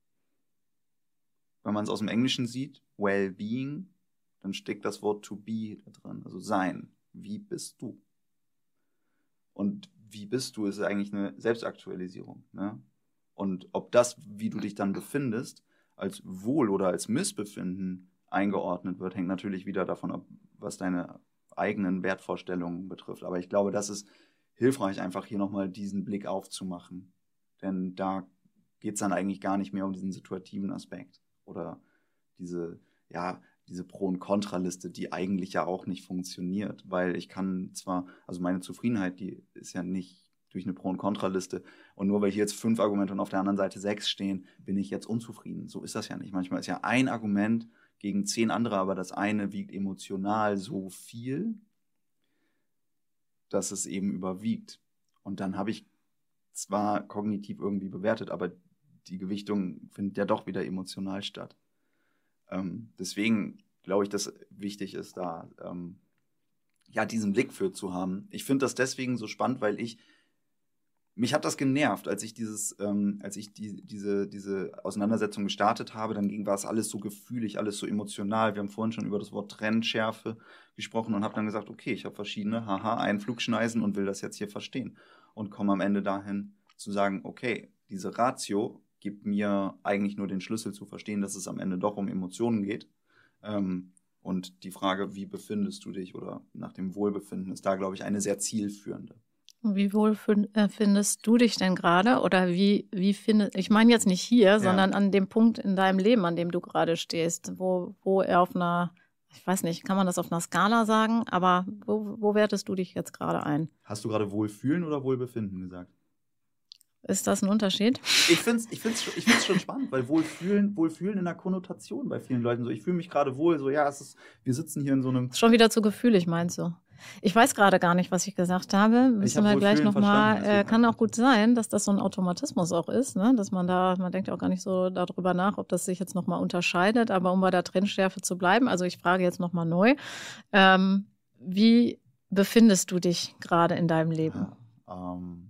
Wenn man es aus dem Englischen sieht, Well-being, dann steckt das Wort to be da drin, also sein. Wie bist du? Und wie bist du, ist eigentlich eine Selbstaktualisierung. Ne? Und ob das, wie du dich dann befindest, als Wohl- oder als Missbefinden eingeordnet wird, hängt natürlich wieder davon ab, was deine eigenen Wertvorstellungen betrifft. Aber ich glaube, das ist hilfreich, einfach hier nochmal diesen Blick aufzumachen. Denn da geht es dann eigentlich gar nicht mehr um diesen situativen Aspekt oder diese, ja, diese Pro- und Kontraliste, die eigentlich ja auch nicht funktioniert, weil ich kann zwar, also meine Zufriedenheit, die ist ja nicht durch eine Pro- und Kontraliste und nur weil hier jetzt fünf Argumente und auf der anderen Seite sechs stehen, bin ich jetzt unzufrieden. So ist das ja nicht. Manchmal ist ja ein Argument gegen zehn andere, aber das eine wiegt emotional so viel, dass es eben überwiegt. Und dann habe ich zwar kognitiv irgendwie bewertet, aber die Gewichtung findet ja doch wieder emotional statt. Ähm, deswegen glaube ich, dass wichtig ist, da ähm, ja diesen Blick für zu haben. Ich finde das deswegen so spannend, weil ich mich hat das genervt, als ich dieses, ähm, als ich die, diese, diese Auseinandersetzung gestartet habe, dann ging war es alles so gefühlig, alles so emotional. Wir haben vorhin schon über das Wort Trennschärfe gesprochen und habe dann gesagt, okay, ich habe verschiedene haha Einflugschneisen und will das jetzt hier verstehen und komme am Ende dahin zu sagen, okay, diese Ratio gibt mir eigentlich nur den Schlüssel zu verstehen, dass es am Ende doch um Emotionen geht. Ähm, und die Frage, wie befindest du dich oder nach dem Wohlbefinden, ist da, glaube ich, eine sehr zielführende. Wie wohl findest du dich denn gerade? Oder wie, wie findest, ich meine jetzt nicht hier, ja. sondern an dem Punkt in deinem Leben, an dem du gerade stehst, wo, wo er auf einer, ich weiß nicht, kann man das auf einer Skala sagen, aber wo, wo wertest du dich jetzt gerade ein? Hast du gerade Wohlfühlen oder Wohlbefinden gesagt? Ist das ein Unterschied? Ich finde es ich find's, ich find's schon spannend, weil Wohlfühlen, Wohlfühlen in der Konnotation bei vielen Leuten so, ich fühle mich gerade wohl, so ja, es ist, wir sitzen hier in so einem... Ist schon wieder zu gefühlig, meinst du? Ich weiß gerade gar nicht, was ich gesagt habe. Müssen wir gleich nochmal, äh, kann auch gut sein, dass das so ein Automatismus auch ist, ne? Dass man da, man denkt auch gar nicht so darüber nach, ob das sich jetzt nochmal unterscheidet, aber um bei der Trennschärfe zu bleiben, also ich frage jetzt nochmal neu, ähm, wie befindest du dich gerade in deinem Leben? Ja, ähm,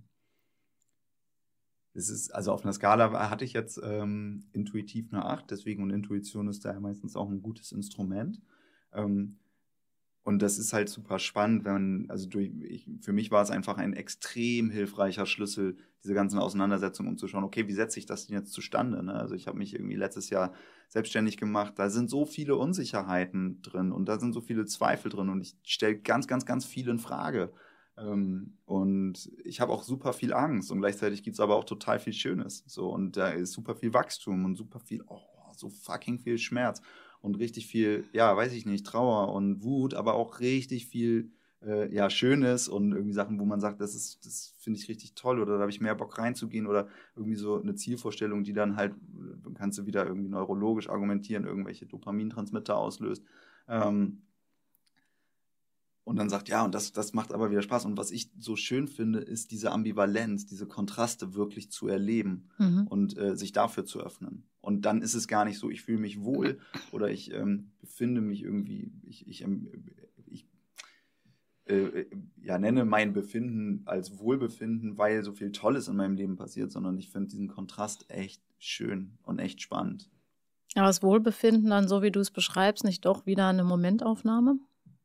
es ist, also auf einer Skala hatte ich jetzt ähm, intuitiv eine acht, deswegen und Intuition ist da ja meistens auch ein gutes Instrument. Ähm, Und das ist halt super spannend, wenn man, also durch, ich, für mich war es einfach ein extrem hilfreicher Schlüssel, diese ganzen Auseinandersetzungen, um zu schauen, okay, wie setze ich das denn jetzt zustande? Ne? Also ich habe mich irgendwie letztes Jahr selbstständig gemacht, da sind so viele Unsicherheiten drin und da sind so viele Zweifel drin und ich stelle ganz, ganz, ganz viel in Frage. Ähm, und ich habe auch super viel Angst und gleichzeitig gibt es aber auch total viel Schönes. So, und da ist super viel Wachstum und super viel, oh, so fucking viel Schmerz. Und richtig viel, ja, weiß ich nicht, Trauer und Wut, aber auch richtig viel, äh, ja, Schönes und irgendwie Sachen, wo man sagt, das ist, das finde ich richtig toll oder da habe ich mehr Bock reinzugehen oder irgendwie so eine Zielvorstellung, die dann halt, dann kannst du wieder irgendwie neurologisch argumentieren, irgendwelche Dopamintransmitter auslöst. Ähm, und dann sagt, ja, und das, das macht aber wieder Spaß. Und was ich so schön finde, ist diese Ambivalenz, diese Kontraste wirklich zu erleben mhm. und äh, sich dafür zu öffnen. Und dann ist es gar nicht so, ich fühle mich wohl oder ich ähm, befinde mich irgendwie, ich, ich, ähm, ich äh, ja, nenne mein Befinden als Wohlbefinden, weil so viel Tolles in meinem Leben passiert, sondern ich finde diesen Kontrast echt schön und echt spannend. Aber das Wohlbefinden dann, so wie du es beschreibst, nicht doch wieder eine Momentaufnahme?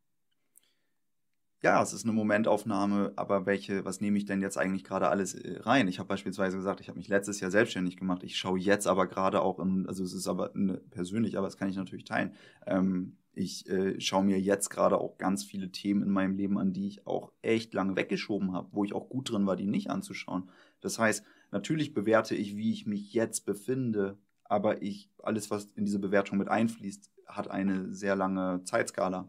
Ja, es ist eine Momentaufnahme, aber welche, was nehme ich denn jetzt eigentlich gerade alles rein? Ich habe beispielsweise gesagt, ich habe mich letztes Jahr selbstständig gemacht. Ich schaue jetzt aber gerade auch, in, also es ist aber eine, persönlich, aber das kann ich natürlich teilen. Ähm, ich äh, schaue mir jetzt gerade auch ganz viele Themen in meinem Leben an, die ich auch echt lange weggeschoben habe, wo ich auch gut drin war, die nicht anzuschauen. Das heißt, natürlich bewerte ich, wie ich mich jetzt befinde, aber ich, alles, was in diese Bewertung mit einfließt, hat eine sehr lange Zeitskala.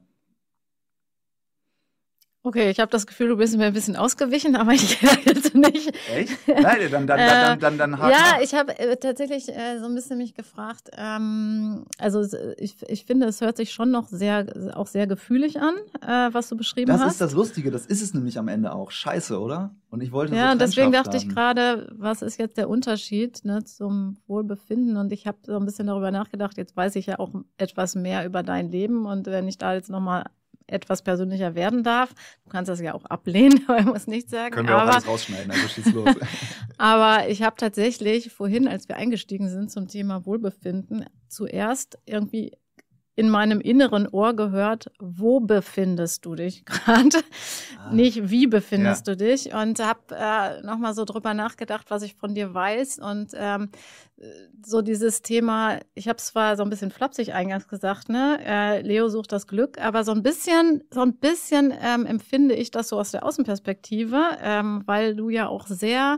Okay, ich habe das Gefühl, du bist mir ein bisschen ausgewichen, aber ich jetzt nicht. Echt? Nein, dann, dann, dann, dann, dann, dann hakt Ja, nach. ich habe äh, tatsächlich äh, so ein bisschen mich gefragt, ähm, also ich, ich finde, es hört sich schon noch sehr, auch sehr gefühlig an, äh, was du beschrieben das hast. Das ist das Lustige, das ist es nämlich am Ende auch. Scheiße, oder? Und ich wollte ja, so deswegen dachte haben. ich gerade, was ist jetzt der Unterschied, ne, zum Wohlbefinden? Und ich habe so ein bisschen darüber nachgedacht, jetzt weiß ich ja auch etwas mehr über dein Leben und wenn ich da jetzt nochmal etwas persönlicher werden darf. Du kannst das ja auch ablehnen, aber ich muss nichts sagen. Können wir aber, auch alles rausschneiden, also schieß los. Aber ich habe tatsächlich vorhin, als wir eingestiegen sind zum Thema Wohlbefinden, zuerst irgendwie in meinem inneren Ohr gehört, wo befindest du dich gerade? Ah, nicht, wie befindest ja. du dich? Und habe äh, nochmal so drüber nachgedacht, was ich von dir weiß. Und ähm, so dieses Thema, ich habe es zwar so ein bisschen flapsig eingangs gesagt, ne? Äh, Leo sucht das Glück, aber so ein bisschen, so ein bisschen ähm, empfinde ich das so aus der Außenperspektive, ähm, weil du ja auch sehr,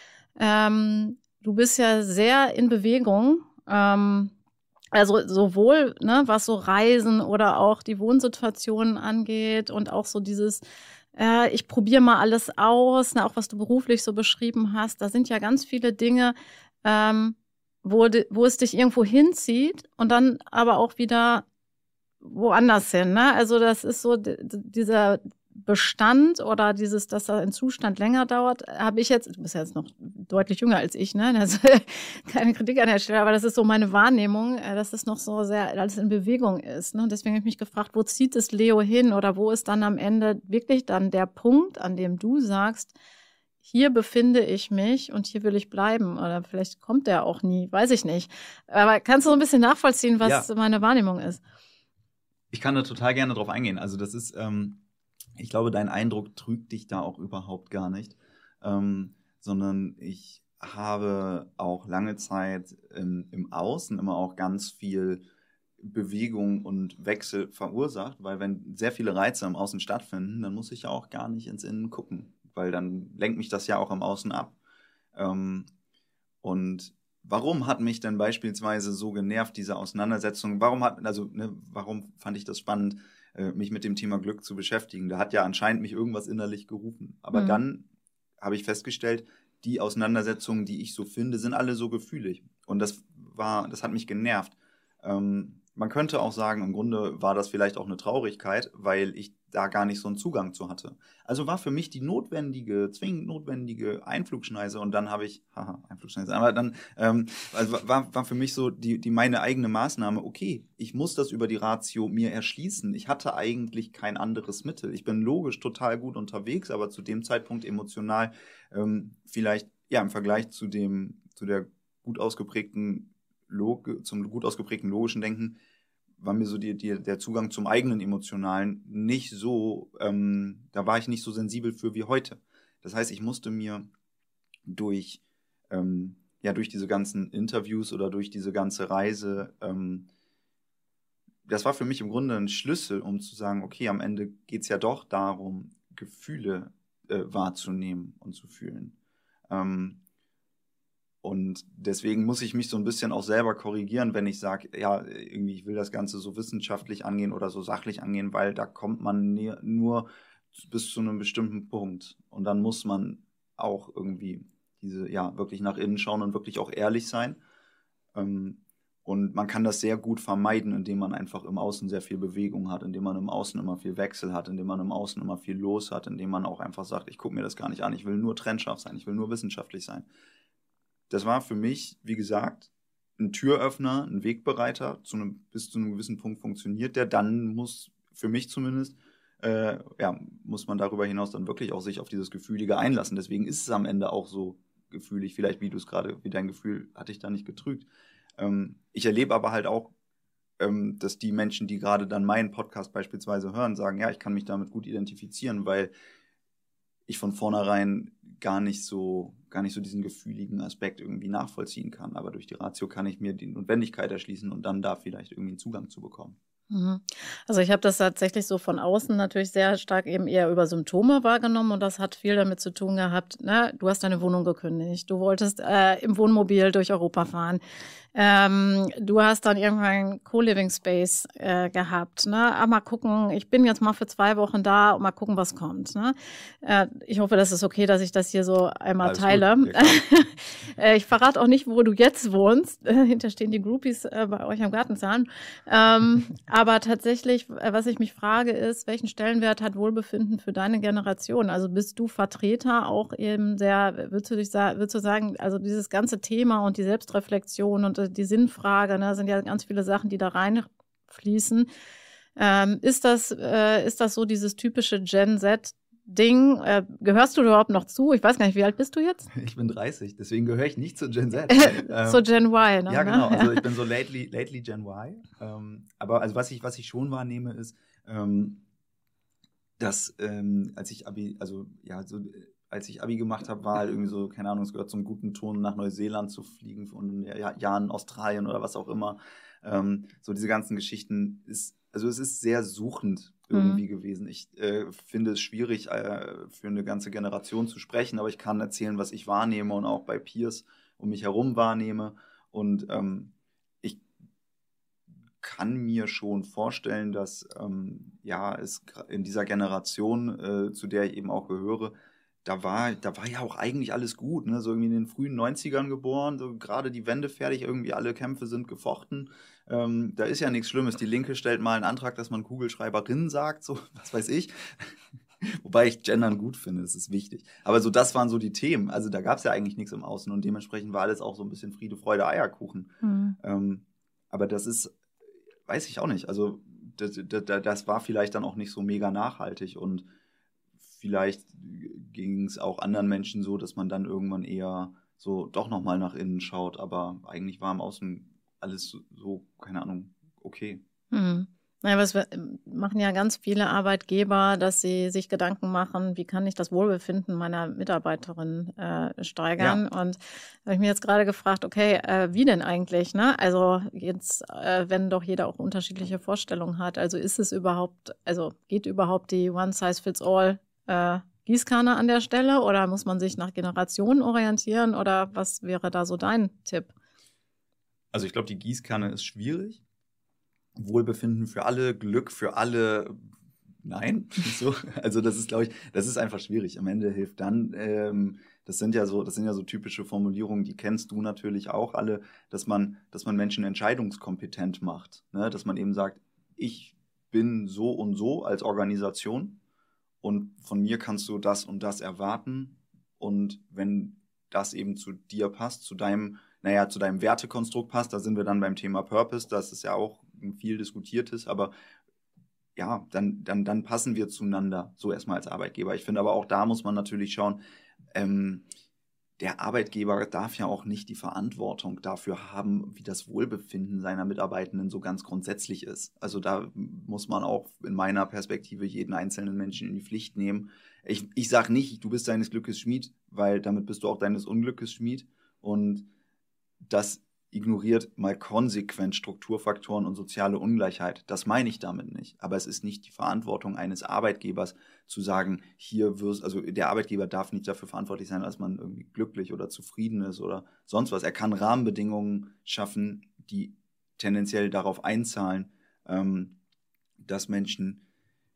ähm, du bist ja sehr in Bewegung, ähm, also sowohl, ne, was so Reisen oder auch die Wohnsituationen angeht und auch so dieses, äh, ich probiere mal alles aus, ne, auch was du beruflich so beschrieben hast, da sind ja ganz viele Dinge, ähm, wo, de, wo es dich irgendwo hinzieht und dann aber auch wieder woanders hin. Ne? Also das ist so d- d- dieser Bestand oder dieses, dass da ein Zustand länger dauert, habe ich jetzt, du bist ja jetzt noch deutlich jünger als ich, ne? Also keine Kritik an der Stelle, aber das ist so meine Wahrnehmung, dass es noch so sehr alles in Bewegung ist. Ne? Deswegen habe ich mich gefragt, wo zieht es Leo hin oder wo ist dann am Ende wirklich dann der Punkt, an dem du sagst, hier befinde ich mich und hier will ich bleiben. Oder vielleicht kommt der auch nie, weiß ich nicht. Aber kannst du so ein bisschen nachvollziehen, was ja. meine Wahrnehmung ist? Ich kann da total gerne drauf eingehen. Also das ist, ähm, ich glaube, dein Eindruck trügt dich da auch überhaupt gar nicht, ähm, sondern ich habe auch lange Zeit im, im Außen immer auch ganz viel Bewegung und Wechsel verursacht, weil wenn sehr viele Reize im Außen stattfinden, dann muss ich ja auch gar nicht ins Innen gucken, weil dann lenkt mich das ja auch im Außen ab. Ähm, und warum hat mich denn beispielsweise so genervt, diese Auseinandersetzung? Warum hat, also, ne, warum fand ich das spannend, äh, mich mit dem Thema Glück zu beschäftigen? Da hat ja anscheinend mich irgendwas innerlich gerufen. Aber mhm. dann habe ich festgestellt, die Auseinandersetzungen, die ich so finde, sind alle so gefühlig. Und das war, das hat mich genervt. Ähm, man könnte auch sagen, im Grunde war das vielleicht auch eine Traurigkeit, weil ich da gar nicht so einen Zugang zu hatte. Also war für mich die notwendige, zwingend notwendige Einflugschneise und dann habe ich, haha, Einflugschneise, aber dann ähm, also war, war für mich so die, die meine eigene Maßnahme, okay, ich muss das über die Ratio mir erschließen. Ich hatte eigentlich kein anderes Mittel. Ich bin logisch total gut unterwegs, aber zu dem Zeitpunkt emotional ähm, vielleicht, ja, im Vergleich zu dem, zu der gut ausgeprägten Log- zum gut ausgeprägten logischen Denken, war mir so die, die, der Zugang zum eigenen Emotionalen nicht so, ähm, da war ich nicht so sensibel für wie heute. Das heißt, ich musste mir durch, ähm, ja, durch diese ganzen Interviews oder durch diese ganze Reise, ähm, das war für mich im Grunde ein Schlüssel, um zu sagen, okay, am Ende geht es ja doch darum, Gefühle äh, wahrzunehmen und zu fühlen. Ähm, Und deswegen muss ich mich so ein bisschen auch selber korrigieren, wenn ich sage, ja, irgendwie, ich will das Ganze so wissenschaftlich angehen oder so sachlich angehen, weil da kommt man ne- nur bis zu einem bestimmten Punkt. Und dann muss man auch irgendwie diese, ja, wirklich nach innen schauen und wirklich auch ehrlich sein. Ähm, und man kann das sehr gut vermeiden, indem man einfach im Außen sehr viel Bewegung hat, indem man im Außen immer viel Wechsel hat, indem man im Außen immer viel los hat, indem man auch einfach sagt, ich gucke mir das gar nicht an, ich will nur trennscharf sein, ich will nur wissenschaftlich sein. Das war für mich, wie gesagt, ein Türöffner, ein Wegbereiter, zu einem, bis zu einem gewissen Punkt funktioniert der. Dann muss, für mich zumindest, äh, ja, muss man darüber hinaus dann wirklich auch sich auf dieses Gefühlige einlassen. Deswegen ist es am Ende auch so gefühlig, vielleicht wie du es gerade, wie dein Gefühl hatte ich da nicht getrügt. Ähm, ich erlebe aber halt auch, ähm, dass die Menschen, die gerade dann meinen Podcast beispielsweise hören, sagen, ja, ich kann mich damit gut identifizieren, weil ich von vornherein gar nicht so, gar nicht so diesen gefühligen Aspekt irgendwie nachvollziehen kann. Aber durch die Ratio kann ich mir die Notwendigkeit erschließen und dann da vielleicht irgendwie einen Zugang zu bekommen. Mhm. Also ich habe das tatsächlich so von außen natürlich sehr stark eben eher über Symptome wahrgenommen und das hat viel damit zu tun gehabt, ne? Du hast deine Wohnung gekündigt, du wolltest äh, im Wohnmobil durch Europa fahren, ähm, du hast dann irgendwann einen Co-Living Space äh, gehabt, ne? Aber mal gucken, ich bin jetzt mal für zwei Wochen da und mal gucken, was kommt, ne? Äh, ich hoffe, das ist okay, dass ich das hier so einmal Alles teile. gut. Ja, äh, ich verrate auch nicht, wo du jetzt wohnst, äh, hinter stehen die Groupies äh, bei euch am Gartenzahn. Ähm, Aber tatsächlich, was ich mich frage, ist, welchen Stellenwert hat Wohlbefinden für deine Generation? Also bist du Vertreter auch eben sehr, würdest du, dich, würdest du sagen, also dieses ganze Thema und die Selbstreflexion und die Sinnfrage, ne, sind ja ganz viele Sachen, die da reinfließen. Ähm, ist das, äh, ist das so dieses typische Gen Z Ding? Äh, gehörst du überhaupt noch zu? Ich weiß gar nicht, wie alt bist du jetzt? Ich bin dreißig, deswegen gehöre ich nicht zu Gen Z. So Gen Y, ne? Ja, genau. Also ich bin so lately, lately Gen Y. Ähm, aber also was ich, was ich schon wahrnehme, ist, ähm, dass ähm, als ich Abi, also ja, so als ich Abi gemacht habe, war halt irgendwie so, keine Ahnung, es gehört zum guten Ton, nach Neuseeland zu fliegen und in ja, Jahren Australien oder was auch immer. Ähm, so diese ganzen Geschichten ist, also es ist sehr suchend irgendwie mhm. gewesen. Ich äh, finde es schwierig, äh, für eine ganze Generation zu sprechen, aber ich kann erzählen, was ich wahrnehme und auch bei Peers um mich herum wahrnehme. Und ähm, ich kann mir schon vorstellen, dass ähm, ja, es in dieser Generation, äh, zu der ich eben auch gehöre, da war, da war ja auch eigentlich alles gut, ne? So irgendwie in den frühen neunzigern geboren, so gerade die Wende fertig, irgendwie alle Kämpfe sind gefochten. Ähm, da ist ja nichts Schlimmes. Die Linke stellt mal einen Antrag, dass man Kugelschreiberin sagt, so, was weiß ich. Wobei ich Gendern gut finde, das ist wichtig. Aber so, das waren so die Themen. Also da gab es ja eigentlich nichts im Außen und dementsprechend war alles auch so ein bisschen Friede, Freude, Eierkuchen. Mhm. Ähm, aber das ist, weiß ich auch nicht. Also das, das, das war vielleicht dann auch nicht so mega nachhaltig und vielleicht ging es auch anderen Menschen so, dass man dann irgendwann eher so doch nochmal nach innen schaut. Aber eigentlich war im Außen alles so, so keine Ahnung, okay. Mhm. Naja, was wir, machen ja ganz viele Arbeitgeber, dass sie sich Gedanken machen, wie kann ich das Wohlbefinden meiner Mitarbeiterin äh, steigern? Ja. Und habe ich mir jetzt gerade gefragt, okay, äh, wie denn eigentlich? Ne? Also jetzt, äh, wenn doch jeder auch unterschiedliche Vorstellungen hat, also ist es überhaupt, also geht überhaupt die One-Size-Fits-All äh, Gießkanne an der Stelle oder muss man sich nach Generationen orientieren oder was wäre da so dein Tipp? Also ich glaube, die Gießkanne ist schwierig. Wohlbefinden für alle, Glück für alle, nein. So, also das ist, glaube ich, das ist einfach schwierig. Am Ende hilft dann, ähm, das sind ja so, das sind ja so typische Formulierungen, die kennst du natürlich auch alle, dass man, dass man Menschen entscheidungskompetent macht, ne? Dass man eben sagt, ich bin so und so als Organisation und von mir kannst du das und das erwarten und wenn das eben zu dir passt, zu deinem naja, zu deinem Wertekonstrukt passt, da sind wir dann beim Thema Purpose, das ist ja auch viel diskutiertes, aber ja, dann, dann, dann passen wir zueinander, so erstmal als Arbeitgeber. Ich finde aber auch da muss man natürlich schauen, ähm, der Arbeitgeber darf ja auch nicht die Verantwortung dafür haben, wie das Wohlbefinden seiner Mitarbeitenden so ganz grundsätzlich ist. Also da muss man auch in meiner Perspektive jeden einzelnen Menschen in die Pflicht nehmen. Ich, ich sage nicht, du bist deines Glückes Schmied, weil damit bist du auch deines Unglückes Schmied. Und das ignoriert mal konsequent Strukturfaktoren und soziale Ungleichheit. Das meine ich damit nicht. Aber es ist nicht die Verantwortung eines Arbeitgebers zu sagen, hier wirst, also der Arbeitgeber darf nicht dafür verantwortlich sein, dass man irgendwie glücklich oder zufrieden ist oder sonst was. Er kann Rahmenbedingungen schaffen, die tendenziell darauf einzahlen, ähm, dass Menschen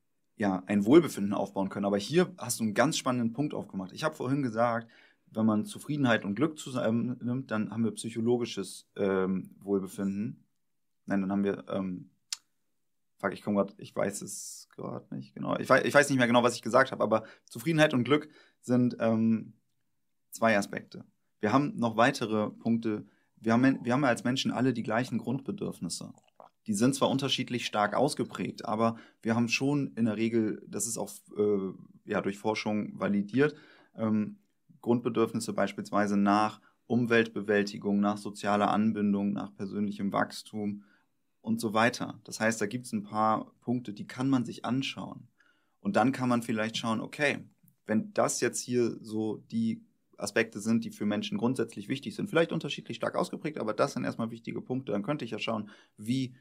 ja ein Wohlbefinden aufbauen können. Aber hier hast du einen ganz spannenden Punkt aufgemacht. Ich habe vorhin gesagt, wenn man Zufriedenheit und Glück zusammen nimmt, dann haben wir psychologisches ähm, Wohlbefinden. Nein, dann haben wir, ähm, fuck, ich komme gerade, ich weiß es gerade nicht genau. Ich weiß, ich weiß nicht mehr genau, was ich gesagt habe, aber Zufriedenheit und Glück sind ähm, zwei Aspekte. Wir haben noch weitere Punkte. Wir haben, wir haben ja als Menschen alle die gleichen Grundbedürfnisse. Die sind zwar unterschiedlich stark ausgeprägt, aber wir haben schon in der Regel, das ist auch äh, ja, durch Forschung validiert, ähm, Grundbedürfnisse beispielsweise nach Umweltbewältigung, nach sozialer Anbindung, nach persönlichem Wachstum und so weiter. Das heißt, da gibt es ein paar Punkte, die kann man sich anschauen. Und dann kann man vielleicht schauen, okay, wenn das jetzt hier so die Aspekte sind, die für Menschen grundsätzlich wichtig sind, vielleicht unterschiedlich stark ausgeprägt, aber das sind erstmal wichtige Punkte, dann könnte ich ja schauen, wie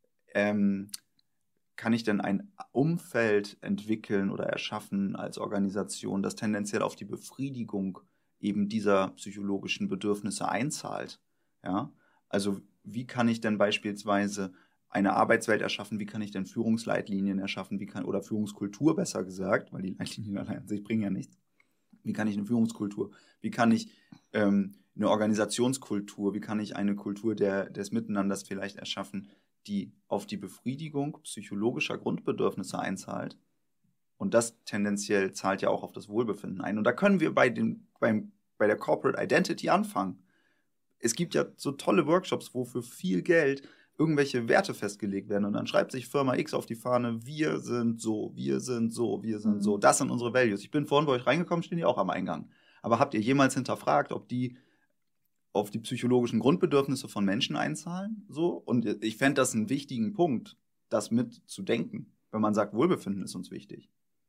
ähm, kann ich denn ein Umfeld entwickeln oder erschaffen als Organisation, das tendenziell auf die Befriedigung eben dieser psychologischen Bedürfnisse einzahlt? Ja? Also wie kann ich denn beispielsweise eine Arbeitswelt erschaffen, wie kann ich denn Führungsleitlinien erschaffen, wie kann, oder Führungskultur besser gesagt, weil die Leitlinien allein an sich bringen ja nichts. Wie kann ich eine Führungskultur, wie kann ich ähm, eine Organisationskultur, wie kann ich eine Kultur der, des Miteinanders vielleicht erschaffen, die auf die Befriedigung psychologischer Grundbedürfnisse einzahlt. Und das tendenziell zahlt ja auch auf das Wohlbefinden ein. Und da können wir bei, den, beim, bei der Corporate Identity anfangen. Es gibt ja so tolle Workshops, wo für viel Geld irgendwelche Werte festgelegt werden. Und dann schreibt sich Firma X auf die Fahne, wir sind so, wir sind so, wir sind mhm. so. Das sind unsere Values. Ich bin vorhin bei euch reingekommen, stehen die auch am Eingang. Aber habt ihr jemals hinterfragt, ob die auf die psychologischen Grundbedürfnisse von Menschen einzahlen? So? Und ich fände das einen wichtigen Punkt, das mit zu denken, wenn man sagt, Wohlbefinden ist uns wichtig.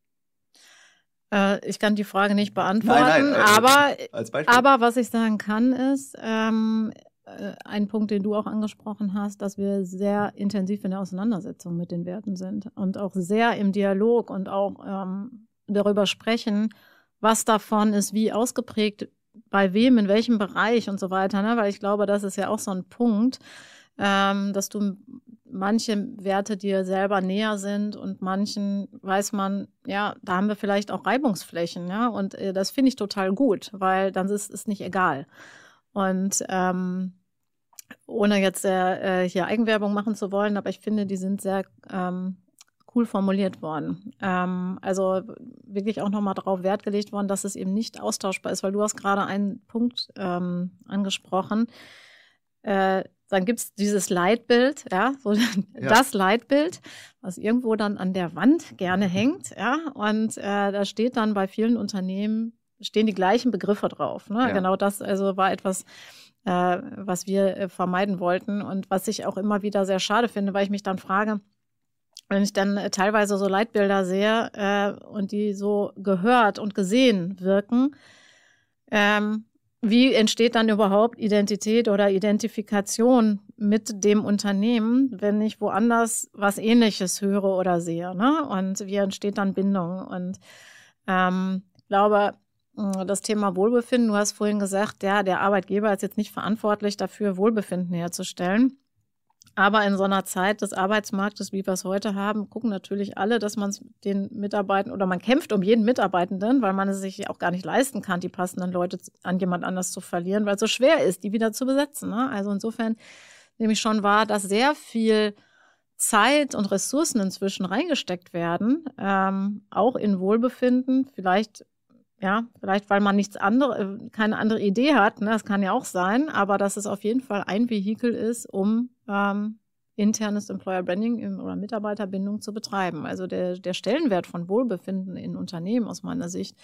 Äh, ich kann die Frage nicht beantworten, nein, nein, äh, aber, als Beispiel. aber was ich sagen kann, ist, ähm, äh, ein Punkt, den du auch angesprochen hast, dass wir sehr intensiv in der Auseinandersetzung mit den Werten sind und auch sehr im Dialog und auch ähm, darüber sprechen, was davon ist wie ausgeprägt, bei wem, in welchem Bereich und so weiter, ne? Weil ich glaube, das ist ja auch so ein Punkt, ähm, dass du manche Werte dir selber näher sind und manchen weiß man, ja, da haben wir vielleicht auch Reibungsflächen, ja, und äh, das finde ich total gut, weil dann ist es nicht egal. Und ähm, ohne jetzt äh, hier Eigenwerbung machen zu wollen, aber ich finde, die sind sehr ähm, cool formuliert worden. Ähm, also wirklich auch nochmal darauf Wert gelegt worden, dass es eben nicht austauschbar ist, weil du hast gerade einen Punkt ähm, angesprochen. Äh, dann gibt es dieses Leitbild, ja, so ja. das Leitbild, was irgendwo dann an der Wand gerne hängt, ja, und äh, da steht dann bei vielen Unternehmen, stehen die gleichen Begriffe drauf. Ne? Ja. Genau das also war etwas, äh, was wir äh, vermeiden wollten und was ich auch immer wieder sehr schade finde, weil ich mich dann frage, wenn ich dann äh, teilweise so Leitbilder sehe äh, und die so gehört und gesehen wirken, ähm, wie entsteht dann überhaupt Identität oder Identifikation mit dem Unternehmen, wenn ich woanders was Ähnliches höre oder sehe, ne? Und wie entsteht dann Bindung? Und ähm, ich glaube, das Thema Wohlbefinden, du hast vorhin gesagt, ja, der Arbeitgeber ist jetzt nicht verantwortlich dafür, Wohlbefinden herzustellen. Aber in so einer Zeit des Arbeitsmarktes, wie wir es heute haben, gucken natürlich alle, dass man es den Mitarbeitern oder man kämpft um jeden Mitarbeitenden, weil man es sich auch gar nicht leisten kann, die passenden Leute an jemand anders zu verlieren, weil es so schwer ist, die wieder zu besetzen. Ne? Also insofern nehme ich schon wahr, dass sehr viel Zeit und Ressourcen inzwischen reingesteckt werden, ähm, auch in Wohlbefinden, vielleicht Ja, vielleicht, weil man nichts andere, keine andere Idee hat, ne? Das kann ja auch sein, aber dass es auf jeden Fall ein Vehikel ist, um ähm, internes Employer Branding oder Mitarbeiterbindung zu betreiben. Also der, der Stellenwert von Wohlbefinden in Unternehmen aus meiner Sicht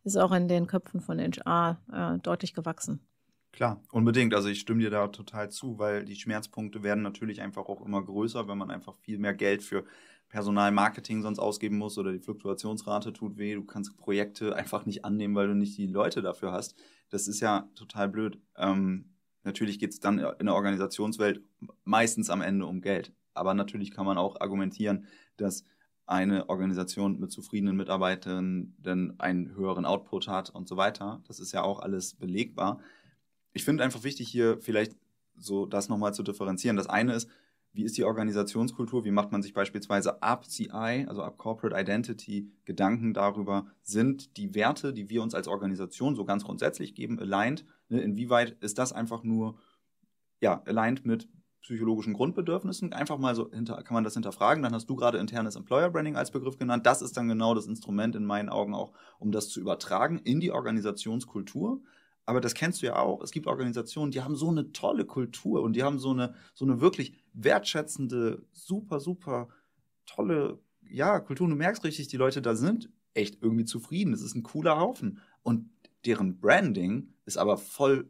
ist auch in den Köpfen von H R äh, deutlich gewachsen. Klar, unbedingt. Also ich stimme dir da total zu, weil die Schmerzpunkte werden natürlich einfach auch immer größer, wenn man einfach viel mehr Geld für Personalmarketing sonst ausgeben muss oder die Fluktuationsrate tut weh. Du kannst Projekte einfach nicht annehmen, weil du nicht die Leute dafür hast. Das ist ja total blöd. Ähm, natürlich geht es dann in der Organisationswelt meistens am Ende um Geld. Aber natürlich kann man auch argumentieren, dass eine Organisation mit zufriedenen Mitarbeitern dann einen höheren Output hat und so weiter. Das ist ja auch alles belegbar. Ich finde einfach wichtig, hier vielleicht so das nochmal zu differenzieren. Das eine ist, wie ist die Organisationskultur? Wie macht man sich beispielsweise ab C I, also ab Corporate Identity, Gedanken darüber, sind die Werte, die wir uns als Organisation so ganz grundsätzlich geben, aligned? Ne? Inwieweit ist das einfach nur ja, aligned mit psychologischen Grundbedürfnissen? Einfach mal so, hinter, kann man das hinterfragen? Dann hast du gerade internes Employer Branding als Begriff genannt. Das ist dann genau das Instrument in meinen Augen auch, um das zu übertragen in die Organisationskultur. Aber das kennst du ja auch. Es gibt Organisationen, die haben so eine tolle Kultur und die haben so eine, so eine wirklich wertschätzende, super, super tolle ja, Kultur. Und du merkst richtig, die Leute da sind echt irgendwie zufrieden. Das ist ein cooler Haufen. Und deren Branding ist aber voll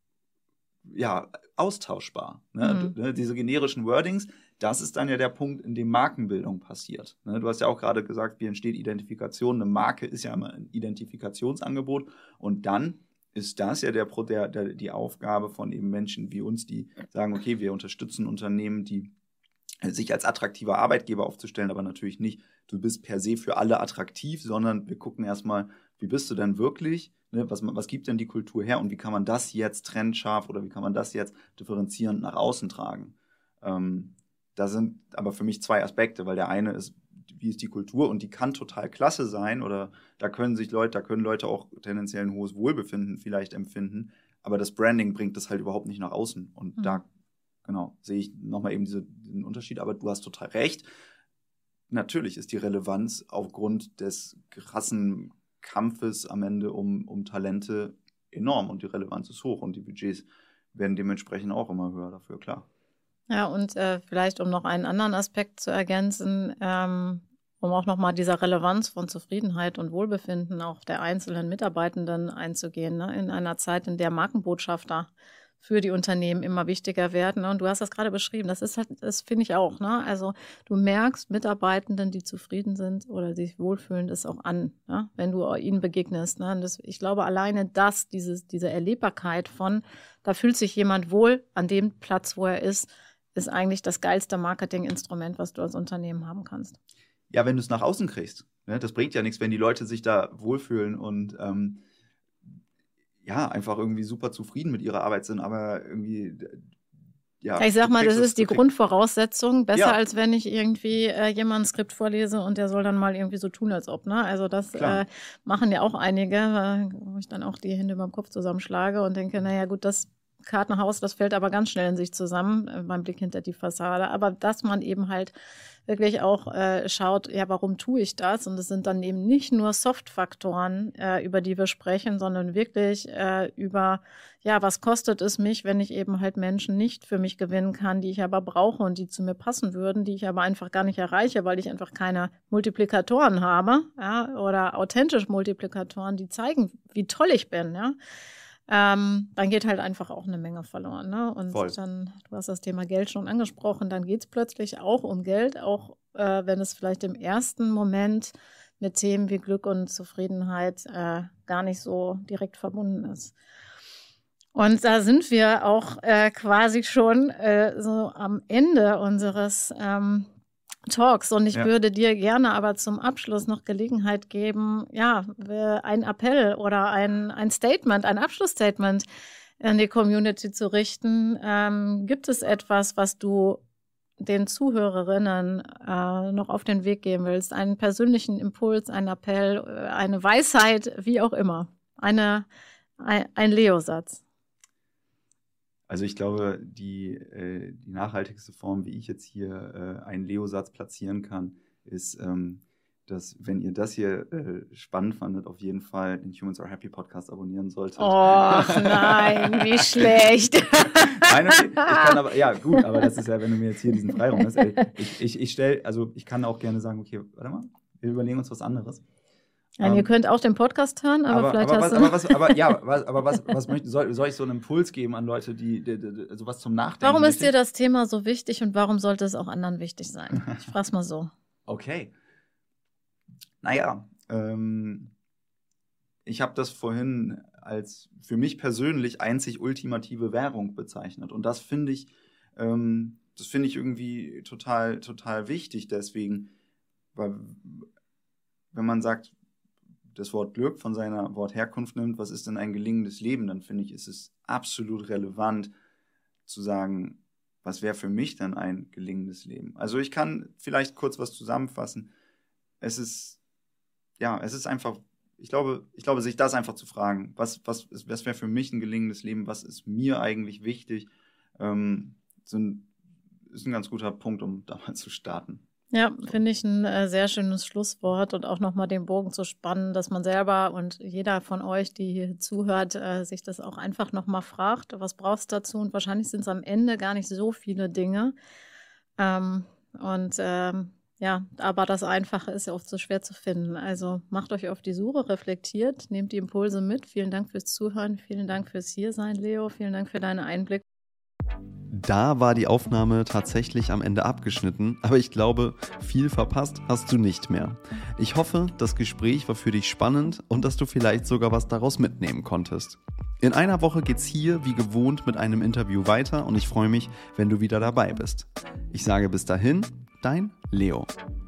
ja, austauschbar. Ne? Mhm. Diese generischen Wordings, das ist dann ja der Punkt, in dem Markenbildung passiert. Ne? Du hast ja auch gerade gesagt, wie entsteht Identifikation. Eine Marke ist ja immer ein Identifikationsangebot. Und dann ist das ja der, der, der, die Aufgabe von eben Menschen wie uns, die sagen, okay, wir unterstützen Unternehmen, die sich als attraktiver Arbeitgeber aufzustellen, aber natürlich nicht, du bist per se für alle attraktiv, sondern wir gucken erstmal, wie bist du denn wirklich, ne? was, was gibt denn die Kultur her und wie kann man das jetzt trennscharf oder wie kann man das jetzt differenzierend nach außen tragen. Ähm, da sind aber für mich zwei Aspekte, weil der eine ist, wie ist die Kultur und die kann total klasse sein oder da können sich Leute, da können Leute auch tendenziell ein hohes Wohlbefinden vielleicht empfinden, aber das Branding bringt das halt überhaupt nicht nach außen und mhm. da genau sehe ich nochmal eben diese, diesen Unterschied, aber du hast total recht. Natürlich ist die Relevanz aufgrund des krassen Kampfes am Ende um, um Talente enorm und die Relevanz ist hoch und die Budgets werden dementsprechend auch immer höher dafür, klar. Ja, und äh, vielleicht, um noch einen anderen Aspekt zu ergänzen, ähm, um auch nochmal dieser Relevanz von Zufriedenheit und Wohlbefinden auch der einzelnen Mitarbeitenden einzugehen, ne? In einer Zeit, in der Markenbotschafter für die Unternehmen immer wichtiger werden. Ne? Und du hast das gerade beschrieben, das ist halt, das finde ich auch, ne? Also du merkst Mitarbeitenden, die zufrieden sind oder sich wohlfühlen, das auch an, ne? Wenn du ihnen begegnest. Ne? Und das, ich glaube, alleine das, dieses, diese Erlebbarkeit von, da fühlt sich jemand wohl an dem Platz, wo er ist, ist eigentlich das geilste Marketinginstrument, was du als Unternehmen haben kannst. Ja, wenn du es nach außen kriegst. Ne? Das bringt ja nichts, wenn die Leute sich da wohlfühlen und ähm, ja, einfach irgendwie super zufrieden mit ihrer Arbeit sind, aber irgendwie, ja. Ich sag mal, das ist die Grundvoraussetzung, besser ja. als wenn ich irgendwie äh, jemandem ein Skript vorlese und der soll dann mal irgendwie so tun, als ob, ne? Also das äh, machen ja auch einige, äh, wo ich dann auch die Hände beim Kopf zusammenschlage und denke, naja gut, das Kartenhaus, das fällt aber ganz schnell in sich zusammen, äh, beim Blick hinter die Fassade. Aber dass man eben halt wirklich auch äh, schaut, ja, warum tue ich das? Und es sind dann eben nicht nur Soft-Faktoren, äh, über die wir sprechen, sondern wirklich äh, über, ja, was kostet es mich, wenn ich eben halt Menschen nicht für mich gewinnen kann, die ich aber brauche und die zu mir passen würden, die ich aber einfach gar nicht erreiche, weil ich einfach keine Multiplikatoren habe, ja, oder authentisch Multiplikatoren, die zeigen, wie toll ich bin, ja. Ähm, dann geht halt einfach auch eine Menge verloren. Ne? Und Voll. Dann, du hast das Thema Geld schon angesprochen, dann geht es plötzlich auch um Geld, auch äh, wenn es vielleicht im ersten Moment mit Themen wie Glück und Zufriedenheit äh, gar nicht so direkt verbunden ist. Und da sind wir auch äh, quasi schon äh, so am Ende unseres ähm, Talks und ich ja. würde dir gerne aber zum Abschluss noch Gelegenheit geben, ja, ein Appell oder ein, ein Statement, ein Abschlussstatement an die Community zu richten. Ähm, gibt es etwas, was du den Zuhörerinnen äh, noch auf den Weg geben willst? Einen persönlichen Impuls, einen Appell, eine Weisheit, wie auch immer. Eine, ein, ein Leo-Satz. Also ich glaube, die, äh, die nachhaltigste Form, wie ich jetzt hier äh, einen Leo-Satz platzieren kann, ist, ähm, dass, wenn ihr das hier äh, spannend fandet, auf jeden Fall den Humans Are Happy Podcast abonnieren solltet. Och nein, wie schlecht. Nein, okay, ich kann aber, ja gut, aber das ist ja, wenn du mir jetzt hier diesen Freiraum hast, ey, ich, ich, ich stelle, also ich kann auch gerne sagen, okay, warte mal, wir überlegen uns was anderes. Ja, ähm, ihr könnt auch den Podcast hören, aber, aber vielleicht aber hast was, du... Aber, was, aber ja, was, aber was, was möchte, soll, soll ich so einen Impuls geben an Leute, die, die, die sowas zum Nachdenken? Warum ist dir das Thema so wichtig und warum sollte es auch anderen wichtig sein? Ich frag's mal so. Okay. Naja, ähm, ich habe das vorhin als für mich persönlich einzig ultimative Währung bezeichnet. Und das finde ich, ähm, das finde ich irgendwie total, total wichtig deswegen, weil wenn man sagt, das Wort Glück von seiner Wortherkunft nimmt, was ist denn ein gelingendes Leben, dann finde ich, ist es absolut relevant zu sagen, was wäre für mich dann ein gelingendes Leben? Also ich kann vielleicht kurz was zusammenfassen. Es ist, ja, es ist einfach, ich glaube, ich glaube, sich das einfach zu fragen, was, was, was wäre für mich ein gelingendes Leben, was ist mir eigentlich wichtig, ähm, sind, ist ein ganz guter Punkt, um da mal zu starten. Ja, finde ich ein äh, sehr schönes Schlusswort und auch nochmal den Bogen zu spannen, dass man selber und jeder von euch, die hier zuhört, äh, sich das auch einfach nochmal fragt, was brauchst du dazu? Und wahrscheinlich sind es am Ende gar nicht so viele Dinge. Ähm, und ähm, ja, aber das Einfache ist ja oft so schwer zu finden. Also macht euch auf die Suche, reflektiert, nehmt die Impulse mit. Vielen Dank fürs Zuhören, vielen Dank fürs Hiersein, Leo, vielen Dank für deinen Einblick. Da war die Aufnahme tatsächlich am Ende abgeschnitten, aber ich glaube, viel verpasst hast du nicht mehr. Ich hoffe, das Gespräch war für dich spannend und dass du vielleicht sogar was daraus mitnehmen konntest. In einer Woche geht's hier wie gewohnt mit einem Interview weiter und ich freue mich, wenn du wieder dabei bist. Ich sage bis dahin, dein Leo.